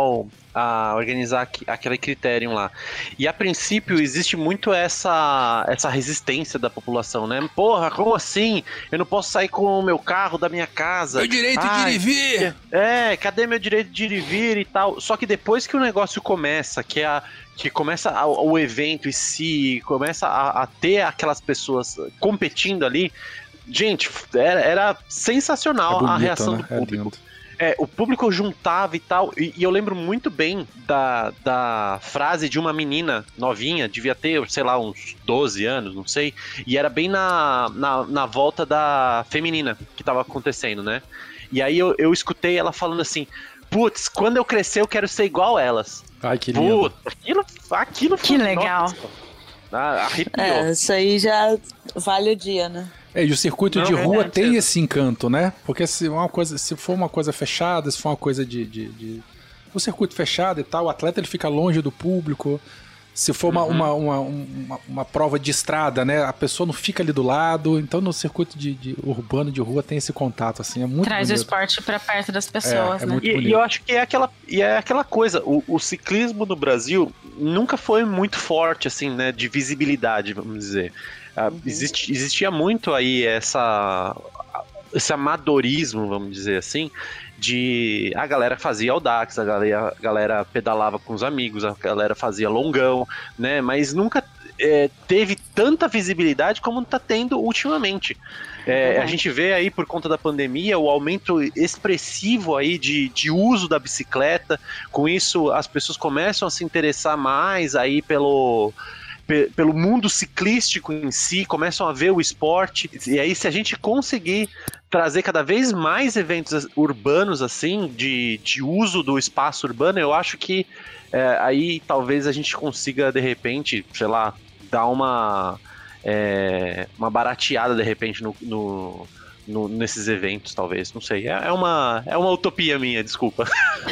a organizar aquele critério lá. E a princípio existe muito essa resistência da população, né? Porra, como assim? Eu não posso sair com o meu carro da minha casa. Meu direito de ir e vir! Cadê meu direito de ir e vir e tal? Só que depois que o negócio começa, que começa o evento em si, começa a ter aquelas pessoas competindo ali, gente, era sensacional bonito, a reação do público. O público juntava e tal, e eu lembro muito bem da frase de uma menina novinha, devia ter, sei lá, uns 12 anos, não sei, e era bem na volta da feminina que tava acontecendo, né? E aí eu escutei ela falando assim, putz, quando eu crescer eu quero ser igual elas. Ai, que lindo. Aquilo foi... Que legal. Arrepiou. Isso aí já vale o dia, né? E o circuito de rua tem esse encanto, né? Porque se for uma coisa fechada, se for uma coisa o circuito fechado e tal, o atleta ele fica longe do público. Se for uma prova de estrada, né? A pessoa não fica ali do lado. Então no circuito urbano de rua tem esse contato, assim, é muito Traz bonito. O esporte pra perto das pessoas, né? Muito e eu acho que é aquela coisa, o ciclismo no Brasil nunca foi muito forte, assim, né? De visibilidade, vamos dizer. Existia muito aí esse amadorismo, vamos dizer assim, de a galera fazia Audax, a galera pedalava com os amigos, a galera fazia longão, né? Mas nunca teve tanta visibilidade como está tendo ultimamente. A gente vê aí, por conta da pandemia, o aumento expressivo aí de uso da bicicleta. Com isso, as pessoas começam a se interessar mais aí pelo mundo ciclístico em si, começam a ver o esporte, e aí se a gente conseguir trazer cada vez mais eventos urbanos assim, de uso do espaço urbano, eu acho que aí talvez a gente consiga de repente, sei lá, dar uma barateada de repente nesses eventos, talvez, não sei, é uma utopia minha, desculpa.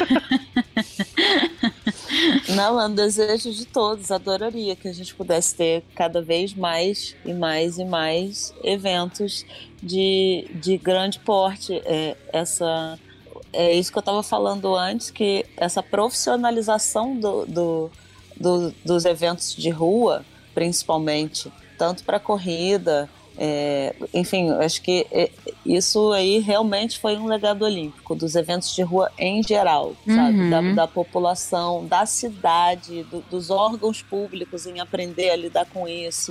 Não, é um desejo de todos. Adoraria que a gente pudesse ter cada vez mais e mais e mais eventos de grande porte. É isso que eu estava falando antes, que essa profissionalização dos eventos de rua, principalmente, tanto para corrida, enfim, acho que isso aí realmente foi um legado olímpico dos eventos de rua em geral, sabe? Da população, da cidade, dos órgãos públicos em aprender a lidar com isso,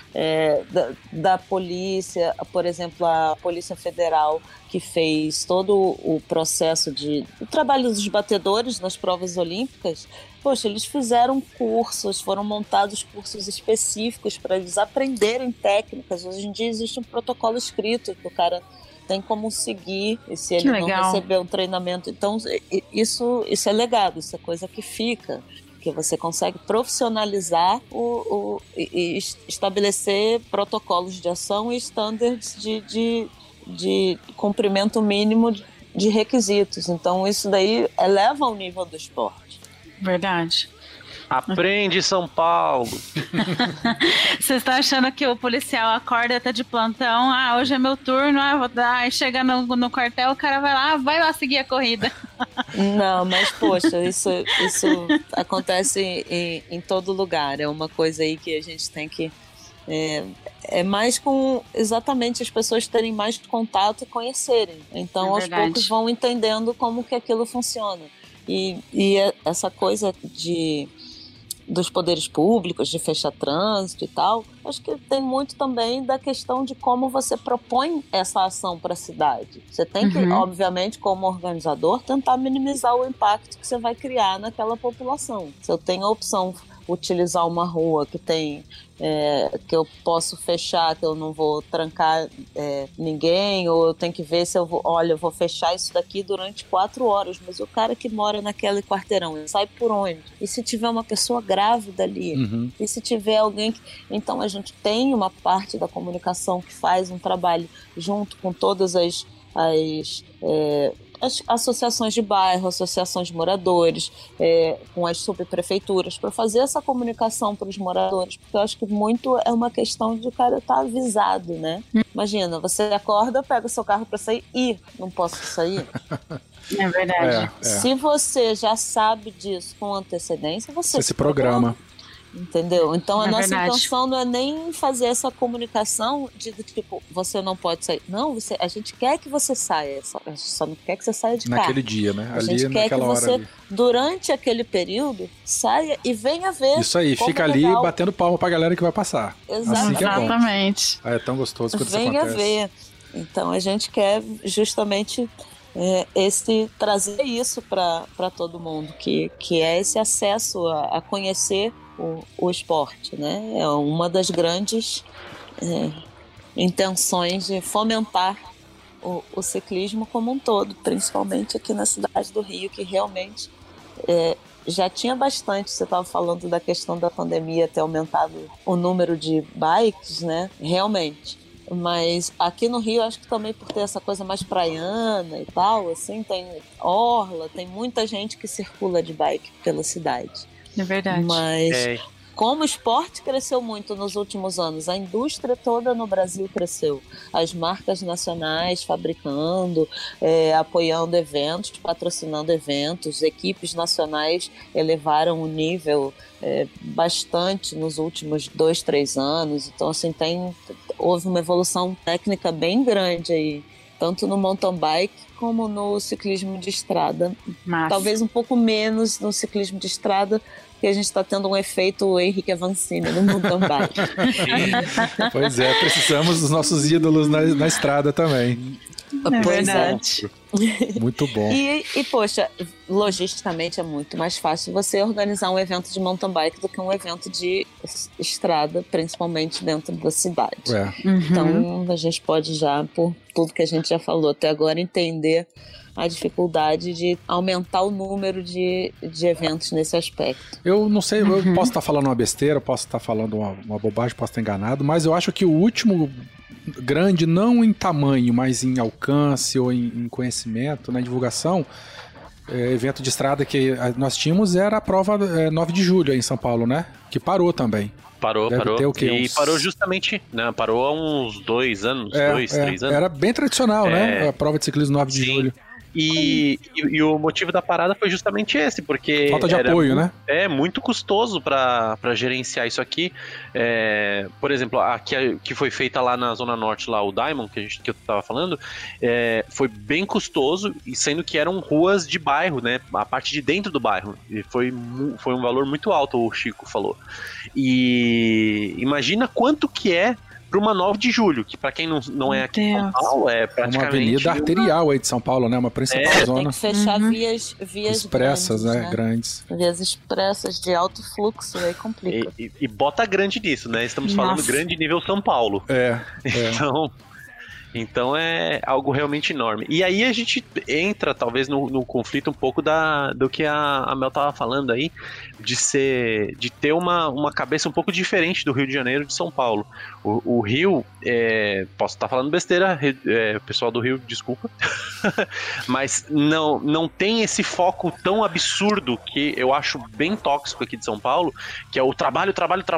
da polícia, por exemplo, a Polícia Federal, que fez todo o processo o trabalho dos batedores nas provas olímpicas. Poxa, eles fizeram cursos, foram montados cursos específicos para eles aprenderem técnicas. Hoje em dia existe um protocolo escrito que o cara tem como seguir, e se ele não receber um treinamento. Então, isso é legado, isso é coisa que fica, que você consegue profissionalizar e estabelecer protocolos de ação e standards de cumprimento mínimo de requisitos. Então, isso daí eleva o nível do esporte. Verdade. Aprende, São Paulo. Você está achando que o policial acorda, tá de plantão, hoje é meu turno, vou dar, aí chega no quartel, o cara vai lá seguir a corrida. Não, mas poxa, isso acontece em todo lugar, é uma coisa aí que a gente tem que... É mais com exatamente as pessoas terem mais contato e conhecerem. Então, aos poucos vão entendendo como que aquilo funciona. E essa coisa dos poderes públicos, de fechar trânsito e tal, acho que tem muito também da questão de como você propõe essa ação para a cidade. Você tem que, obviamente, como organizador, tentar minimizar o impacto que você vai criar naquela população. Se eu tenho a opção utilizar uma rua que tem que eu posso fechar, que eu não vou trancar ninguém, ou eu tenho que ver se eu vou fechar isso daqui durante 4 horas, mas o cara que mora naquele quarteirão, ele sai por onde? E se tiver uma pessoa grávida ali? E se tiver alguém Então a gente tem uma parte da comunicação que faz um trabalho junto com todas as as associações de bairro, associações de moradores, com as subprefeituras, para fazer essa comunicação para os moradores, porque eu acho que muito é uma questão de o cara estar avisado, né? Imagina, você acorda, pega o seu carro para sair e não posso sair. É verdade. Se você já sabe disso com antecedência, você se programa. Entendeu? Então a nossa verdade. intenção não é nem fazer essa comunicação de tipo, você não pode sair. Não, a gente quer que você saia, a gente só não quer que você saia de casa. Naquele dia, né? A gente quer que você, durante aquele período, saia e venha ver. Isso aí, fica ali batendo palma pra galera que vai passar. Exatamente. Assim que é bom. Exatamente. É tão gostoso quando isso Venha acontece. ver. Então a gente quer justamente trazer isso para todo mundo, que é esse acesso a conhecer o esporte, né? É uma das grandes intenções de fomentar o ciclismo como um todo, principalmente aqui na cidade do Rio, que realmente já tinha bastante. Você estava falando da questão da pandemia ter aumentado o número de bikes, né? Realmente. Mas aqui no Rio, acho que também por ter essa coisa mais praiana e tal, assim, tem orla, tem muita gente que circula de bike pela cidade. É verdade. Mas como o esporte cresceu muito nos últimos anos, a indústria toda no Brasil cresceu. As marcas nacionais fabricando, apoiando eventos, patrocinando eventos, equipes nacionais elevaram o nível bastante nos últimos 2, 3 anos. Então, assim, houve uma evolução técnica bem grande aí, tanto no mountain bike como no ciclismo de estrada. Massa. Talvez um pouco menos no ciclismo de estrada, porque a gente está tendo um efeito Henrique Avancini no mountain bike. Pois é, precisamos dos nossos ídolos na estrada também. Pois verdade. Muito bom. E, poxa, logisticamente é muito mais fácil você organizar um evento de mountain bike do que um evento de estrada, principalmente dentro da cidade. Então, a gente pode já, por tudo que a gente já falou até agora, entender a dificuldade de aumentar o número de eventos nesse aspecto. Eu não sei, eu posso estar falando uma besteira, posso estar falando uma bobagem, posso estar enganado, mas eu acho que o último grande, não em tamanho, mas em alcance ou em conhecimento, na divulgação, evento de estrada que nós tínhamos era a prova 9 de julho aí em São Paulo, né? Que parou também. Parou. Ter o quê? E parou justamente, né? Parou há uns 2 anos, 3 anos. Era bem tradicional, né? A prova de ciclismo 9 de julho. E o motivo da parada foi justamente esse, porque falta de apoio, né? É muito custoso para gerenciar isso aqui. Por exemplo, a que foi feita lá na Zona Norte, lá o Diamond, que eu tava falando, foi bem custoso, e sendo que eram ruas de bairro, né? A parte de dentro do bairro. E foi um valor muito alto, o Chico falou. E imagina quanto que é para uma 9 de julho, que para quem não é aqui em São Paulo, é praticamente... Uma avenida arterial aí de São Paulo, né? Uma principal zona. Tem que fechar vias expressas, grandes, né? Grandes. Vias expressas de alto fluxo, aí complica. E bota grande nisso, né? Estamos falando grande nível São Paulo. Então é algo realmente enorme. E aí a gente entra, talvez, no conflito um pouco do que a Mel tava falando aí, de ter uma cabeça um pouco diferente do Rio de Janeiro e de São Paulo. O Rio, posso estar falando besteira, pessoal do Rio, desculpa, mas não tem esse foco tão absurdo que eu acho bem tóxico aqui de São Paulo, que é o trabalho,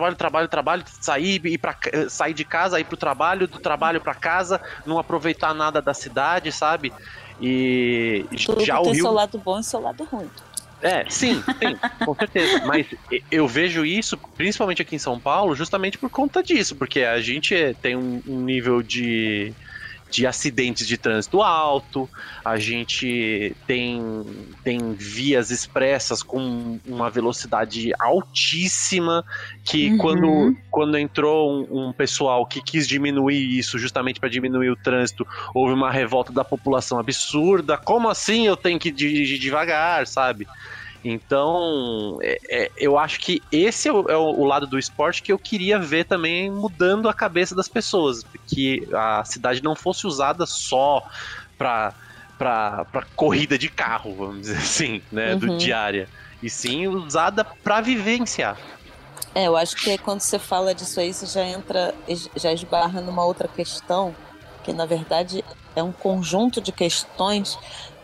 sair de casa, ir pro trabalho, do trabalho pra casa, não aproveitar nada da cidade, sabe? E tudo já tem o Rio... seu lado bom e seu lado ruim. Sim, com certeza. Mas eu vejo isso, principalmente aqui em São Paulo, justamente por conta disso, porque a gente tem um nível de acidentes de trânsito alto, a gente tem vias expressas com uma velocidade altíssima, que quando entrou um pessoal que quis diminuir isso justamente para diminuir o trânsito, houve uma revolta da população absurda. Como assim eu tenho que dirigir devagar, sabe? Então, eu acho que esse é o lado do esporte que eu queria ver também mudando a cabeça das pessoas, que a cidade não fosse usada só para corrida de carro, vamos dizer assim, né, do diária, e sim usada para vivenciar. Eu acho que quando você fala disso aí, você já esbarra numa outra questão, que na verdade é um conjunto de questões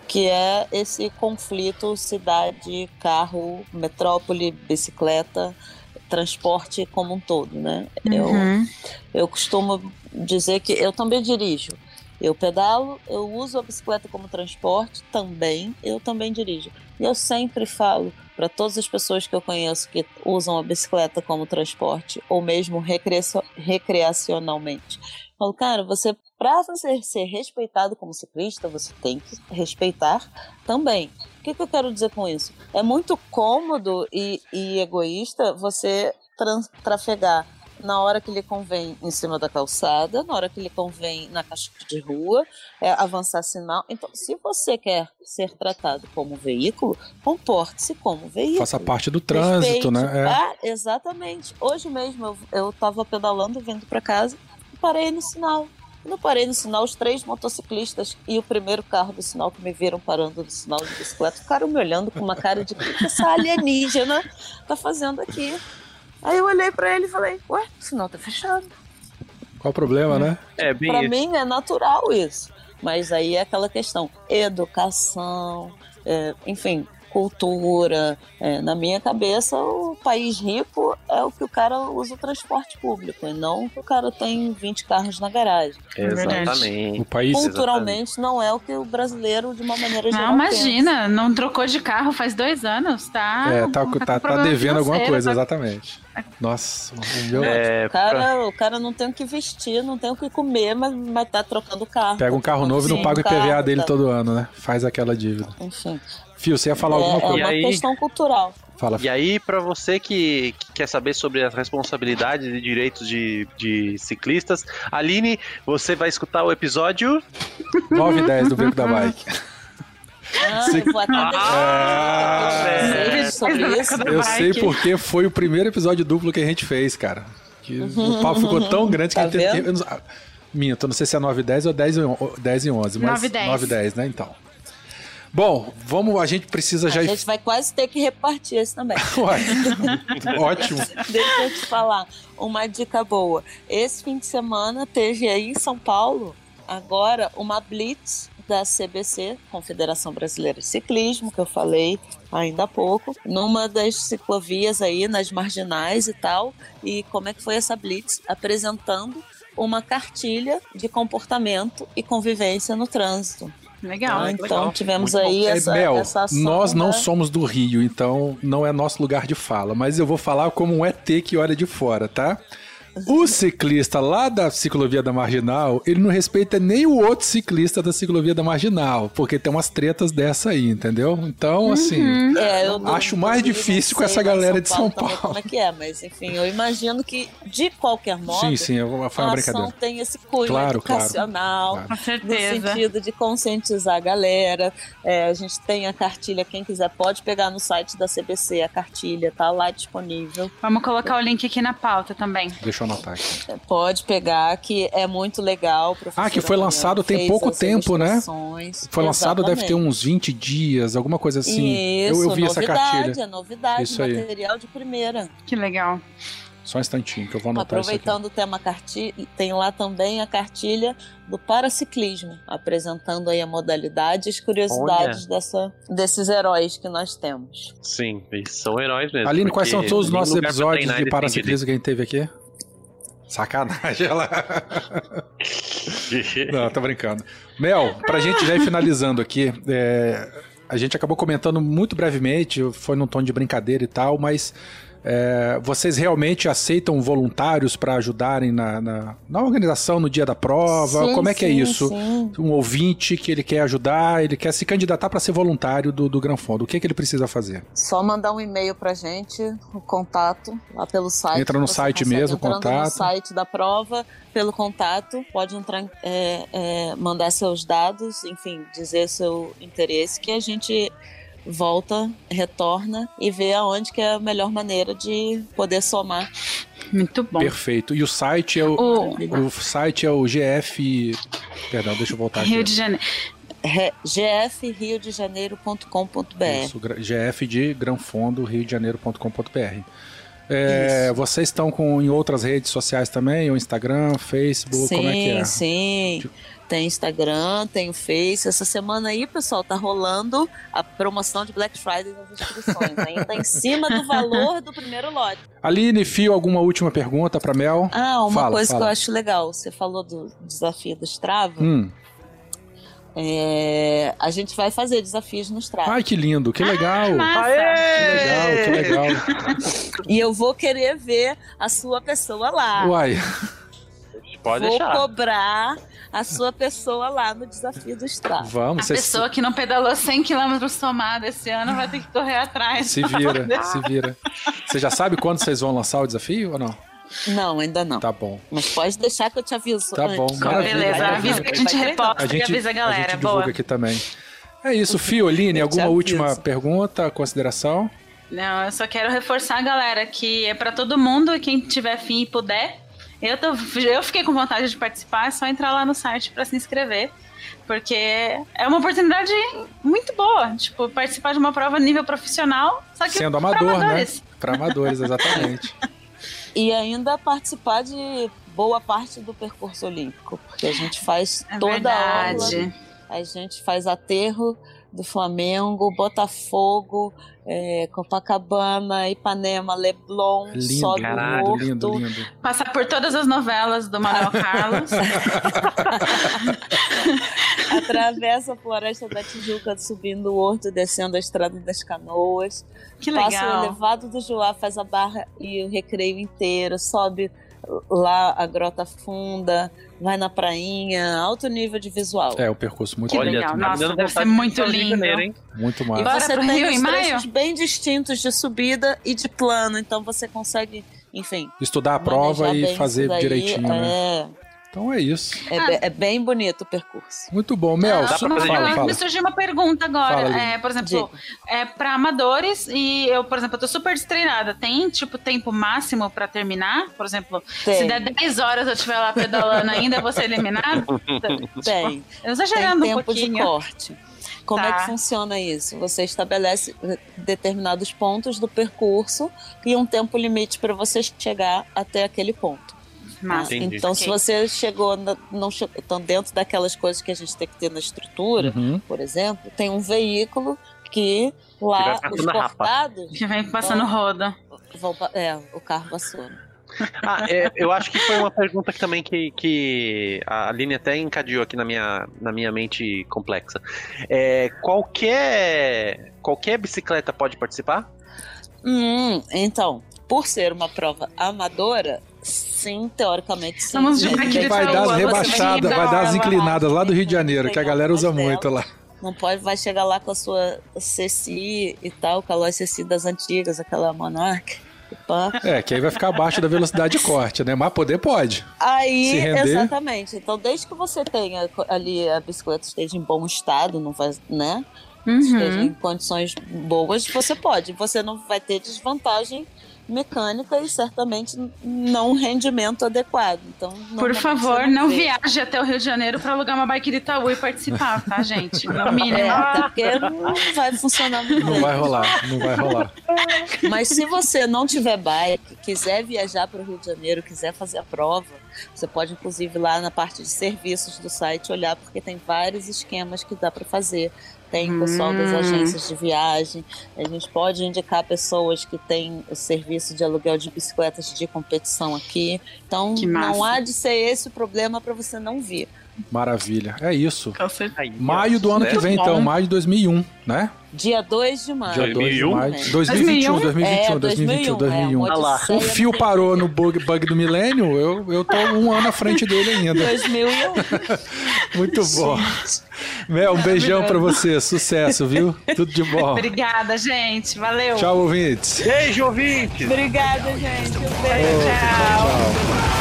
que é esse conflito cidade, carro, metrópole, bicicleta, transporte como um todo, né? Eu costumo dizer que eu também dirijo. Eu pedalo, eu uso a bicicleta como transporte, eu também dirijo. E eu sempre falo para todas as pessoas que eu conheço que usam a bicicleta como transporte, ou mesmo recreacionalmente. Eu falo, cara, para você ser respeitado como ciclista, você tem que respeitar também. O que eu quero dizer com isso? É muito cômodo e egoísta você trafegar na hora que lhe convém em cima da calçada, na hora que lhe convém na caixa de rua, avançar sinal. Então, se você quer ser tratado como veículo, comporte-se como veículo. Faça parte do trânsito, né? Exatamente. Hoje mesmo eu estava pedalando, vindo para casa, e parei no sinal. Quando eu parei no sinal, os 3 motociclistas e o primeiro carro do sinal que me viram parando no sinal de bicicleta ficaram me olhando com uma cara de que essa alienígena tá fazendo aqui. Aí eu olhei pra ele e falei, ué, o sinal tá fechado. Qual o problema, né? Pra mim é natural isso. Mas aí é aquela questão, educação, enfim, cultura. Na minha cabeça, o país rico é o que o cara usa o transporte público, e não que o cara tem 20 carros na garagem. Exatamente. O país, culturalmente, não é o que o brasileiro, de uma maneira geral, não, imagina, pensa. Não trocou de carro faz 2 anos, tá? Tá devendo alguma coisa, exatamente. Nossa, o meu... O cara não tem o que vestir, não tem o que comer, mas tá trocando carro. Pega um carro novo e não paga o IPVA dele todo ano, né? Faz aquela dívida. Enfim. Fio, você ia falar alguma coisa? É uma questão cultural. Fala. E aí, pra você que quer saber sobre as responsabilidades e direitos de ciclistas, Aline, você vai escutar o episódio 9 e 10 do Beco da Bike. Eu vou até sobre isso. Eu sei porque foi o primeiro episódio duplo que a gente fez, cara. Que o papo ficou tão grande que a gente Minto, não sei se é 9 e 10 ou 10 e 11, mas 9 e 10, né, então. Bom, a gente precisa já... A gente vai quase ter que repartir esse também. Ué, ótimo. Deixa eu te falar, uma dica boa. Esse fim de semana teve aí em São Paulo, agora, uma blitz da CBC, Confederação Brasileira de Ciclismo, que eu falei ainda há pouco, numa das ciclovias aí, nas marginais e tal. E como é que foi essa blitz? Apresentando uma cartilha de comportamento e convivência no trânsito. Legal. Então tivemos aí essa ação. Nós não somos do Rio, então não é nosso lugar de fala, mas eu vou falar como um ET que olha de fora, tá? O ciclista lá da ciclovia da Marginal, ele não respeita nem o outro ciclista da ciclovia da Marginal, porque tem umas tretas dessa aí, entendeu? Então, assim, eu acho mais difícil com essa galera de São Paulo. Como é que é, mas enfim, eu imagino que, de qualquer modo, sim, foi uma brincadeira. A ação tem esse cunho educacional, Com certeza. no sentido de conscientizar a galera. A gente tem a cartilha, quem quiser pode pegar no site da CBC, a cartilha tá lá disponível. Vamos colocar o link aqui na pauta também. Deixa eu anotar aqui. Pode pegar, que é muito legal. Que foi lançado tem pouco tempo, né? Foi lançado, exatamente. Deve ter uns 20 dias, alguma coisa assim. Isso, eu vi essa cartilha. É novidade, isso material de primeira. Que legal. Só um instantinho que eu vou anotar aproveitando o tema cartilha, tem lá também a cartilha do paraciclismo, apresentando aí a modalidade e as curiosidades desses heróis que nós temos. Sim, eles são heróis mesmo. Aline, quais são todos os nossos episódios de paraciclismo que a gente teve aqui? Sacanagem, ela... Não, tô brincando. Mel, pra gente já ir finalizando aqui, a gente acabou comentando muito brevemente, foi num tom de brincadeira e tal, mas vocês realmente aceitam voluntários para ajudarem na organização, no dia da prova? Como é que é isso? Sim. Um ouvinte que ele quer ajudar, ele quer se candidatar para ser voluntário do Gran Fondo, o que ele precisa fazer? Só mandar um e-mail pra gente, o contato, lá pelo site. Entra no site mesmo, contato. No site da prova, pelo contato, pode entrar, mandar seus dados, enfim, dizer seu interesse, que a gente volta, retorna e vê aonde que é a melhor maneira de poder somar. Muito bom. Perfeito. E o site é o site é o GF... Perdão, deixa eu voltar aqui. Rio de Janeiro. gfriodejaneiro.com.br. Isso, GF de Gran Fondo, riodejaneiro.com.br. Vocês estão em outras redes sociais também? O Instagram, Facebook, como é que é? Sim. Tem Instagram, tem o Face. Essa semana aí, pessoal, tá rolando a promoção de Black Friday das inscrições. Ainda em cima do valor do primeiro lote. Aline, Fio, alguma última pergunta pra Mel? Uma coisa que eu acho legal. Você falou do desafio do Strava. A gente vai fazer desafios no Strava. Ai, que lindo, que legal. Que legal. E eu vou querer ver a sua pessoa lá. Uai. Pode Vou deixar. cobrar a sua pessoa lá no desafio do Strava. Vamos. A pessoa que não pedalou 100 km somado esse ano vai ter que correr atrás. Se vira. Você já sabe quando vocês vão lançar o desafio ou não? Não, ainda não. Tá bom. Mas pode deixar que eu te aviso. Tá bom, maravilha. Beleza, avisa que a gente reposta e avisa a galera. A gente divulga Boa. aqui também. É isso, Fio, Aline, alguma última pergunta, consideração? Não, eu só quero reforçar a galera que é pra todo mundo, quem tiver fim e puder. Eu fiquei com vontade de participar, é só entrar lá no site pra se inscrever. Porque é uma oportunidade muito boa, tipo, participar de uma prova nível profissional, só que sendo amador, pra amadores. né? Pra amadores, exatamente. E ainda participar de boa parte do percurso olímpico, porque a gente faz toda a orla, a gente faz aterro do Flamengo, Botafogo, Copacabana, Ipanema, Leblon, lindo, sobe caralho, o Horto. lindo. Passar por todas as novelas do Manuel Carlos. Atravessa a Floresta da Tijuca, subindo o Horto, descendo a Estrada das Canoas. Que legal. Passa o Elevado do Juá, faz a Barra e o Recreio inteiro, sobe lá a Grota Funda, vai na prainha, alto nível de visual. É, um percurso muito legal. Nossa, deve ser muito lindo. Muito massa. E Bora você pro tem Rio os em maio? trechos bem distintos de subida e de plano, então você consegue, enfim, estudar a prova manejar e bem fazer isso daí, direitinho, né? Então é isso. É bem bonito o percurso. Muito bom. Mel, fala. Me surgiu uma pergunta agora. Fala, por exemplo, para amadores e eu, por exemplo, eu tô super destreinada. Tem, tipo, tempo máximo pra terminar? Por exemplo, se der 10 horas eu estiver lá pedalando ainda, eu vou ser eliminado? Tem. Tipo, exagerando tem um tempo pouquinho. de corte. Como é que funciona isso? Você estabelece determinados pontos do percurso e um tempo limite para você chegar até aquele ponto. Então, se você chegou, não chegou, então dentro daquelas coisas que a gente tem que ter na estrutura, por exemplo, tem um veículo que lá os cortados que vem passando roda. O carro vassoura. Eu acho que foi uma pergunta que também que a Aline até encadeou aqui na minha mente complexa. Qualquer bicicleta pode participar? Então, por ser uma prova amadora, sim, teoricamente sim. Vai dar as rebaixadas, vai dar as inclinadas lá do Rio de Janeiro, que a galera usa muito lá. Não pode, vai chegar lá com a sua CCI e tal, com a CCI das antigas, aquela Monarch. Que aí vai ficar abaixo da velocidade de corte, né? Mas poder pode. Aí, se render. Exatamente. Então, desde que você tenha ali a bicicleta esteja em bom estado, não vai, né? Esteja em condições boas, você pode. Você não vai ter desvantagem mecânica e certamente não um rendimento adequado. Então, por favor, não viaje até o Rio de Janeiro para alugar uma bike de Itaú e participar, tá, gente? No mínimo. Até porque não vai funcionar muito bem. Não vai rolar. Mas se você não tiver bike, quiser viajar para o Rio de Janeiro, quiser fazer a prova, você pode inclusive lá na parte de serviços do site olhar, porque tem vários esquemas que dá para fazer. Tem o pessoal das agências de viagem. A gente pode indicar pessoas que têm o serviço de aluguel de bicicletas de competição aqui. Então, não há de ser esse o problema para você não vir. Maravilha. É isso. Maio do ano que vem, então. Maio de 2001, né? Dia 2 de maio. Dia 2 de maio. 2021. O Fio parou no bug do milênio, eu tô um ano à frente dele ainda. 2001. Muito bom. Mel, um beijão pra você. Sucesso, viu? Tudo de bom. Obrigada, gente. Valeu. Tchau, ouvintes. Beijo, ouvintes. Obrigada, gente. Um beijo. Tchau.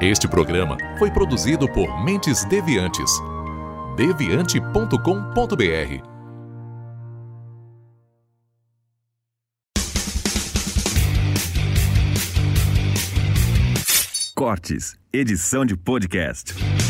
Este programa foi produzido por Mentes Deviantes. deviante.com.br. Cortes, edição de podcast.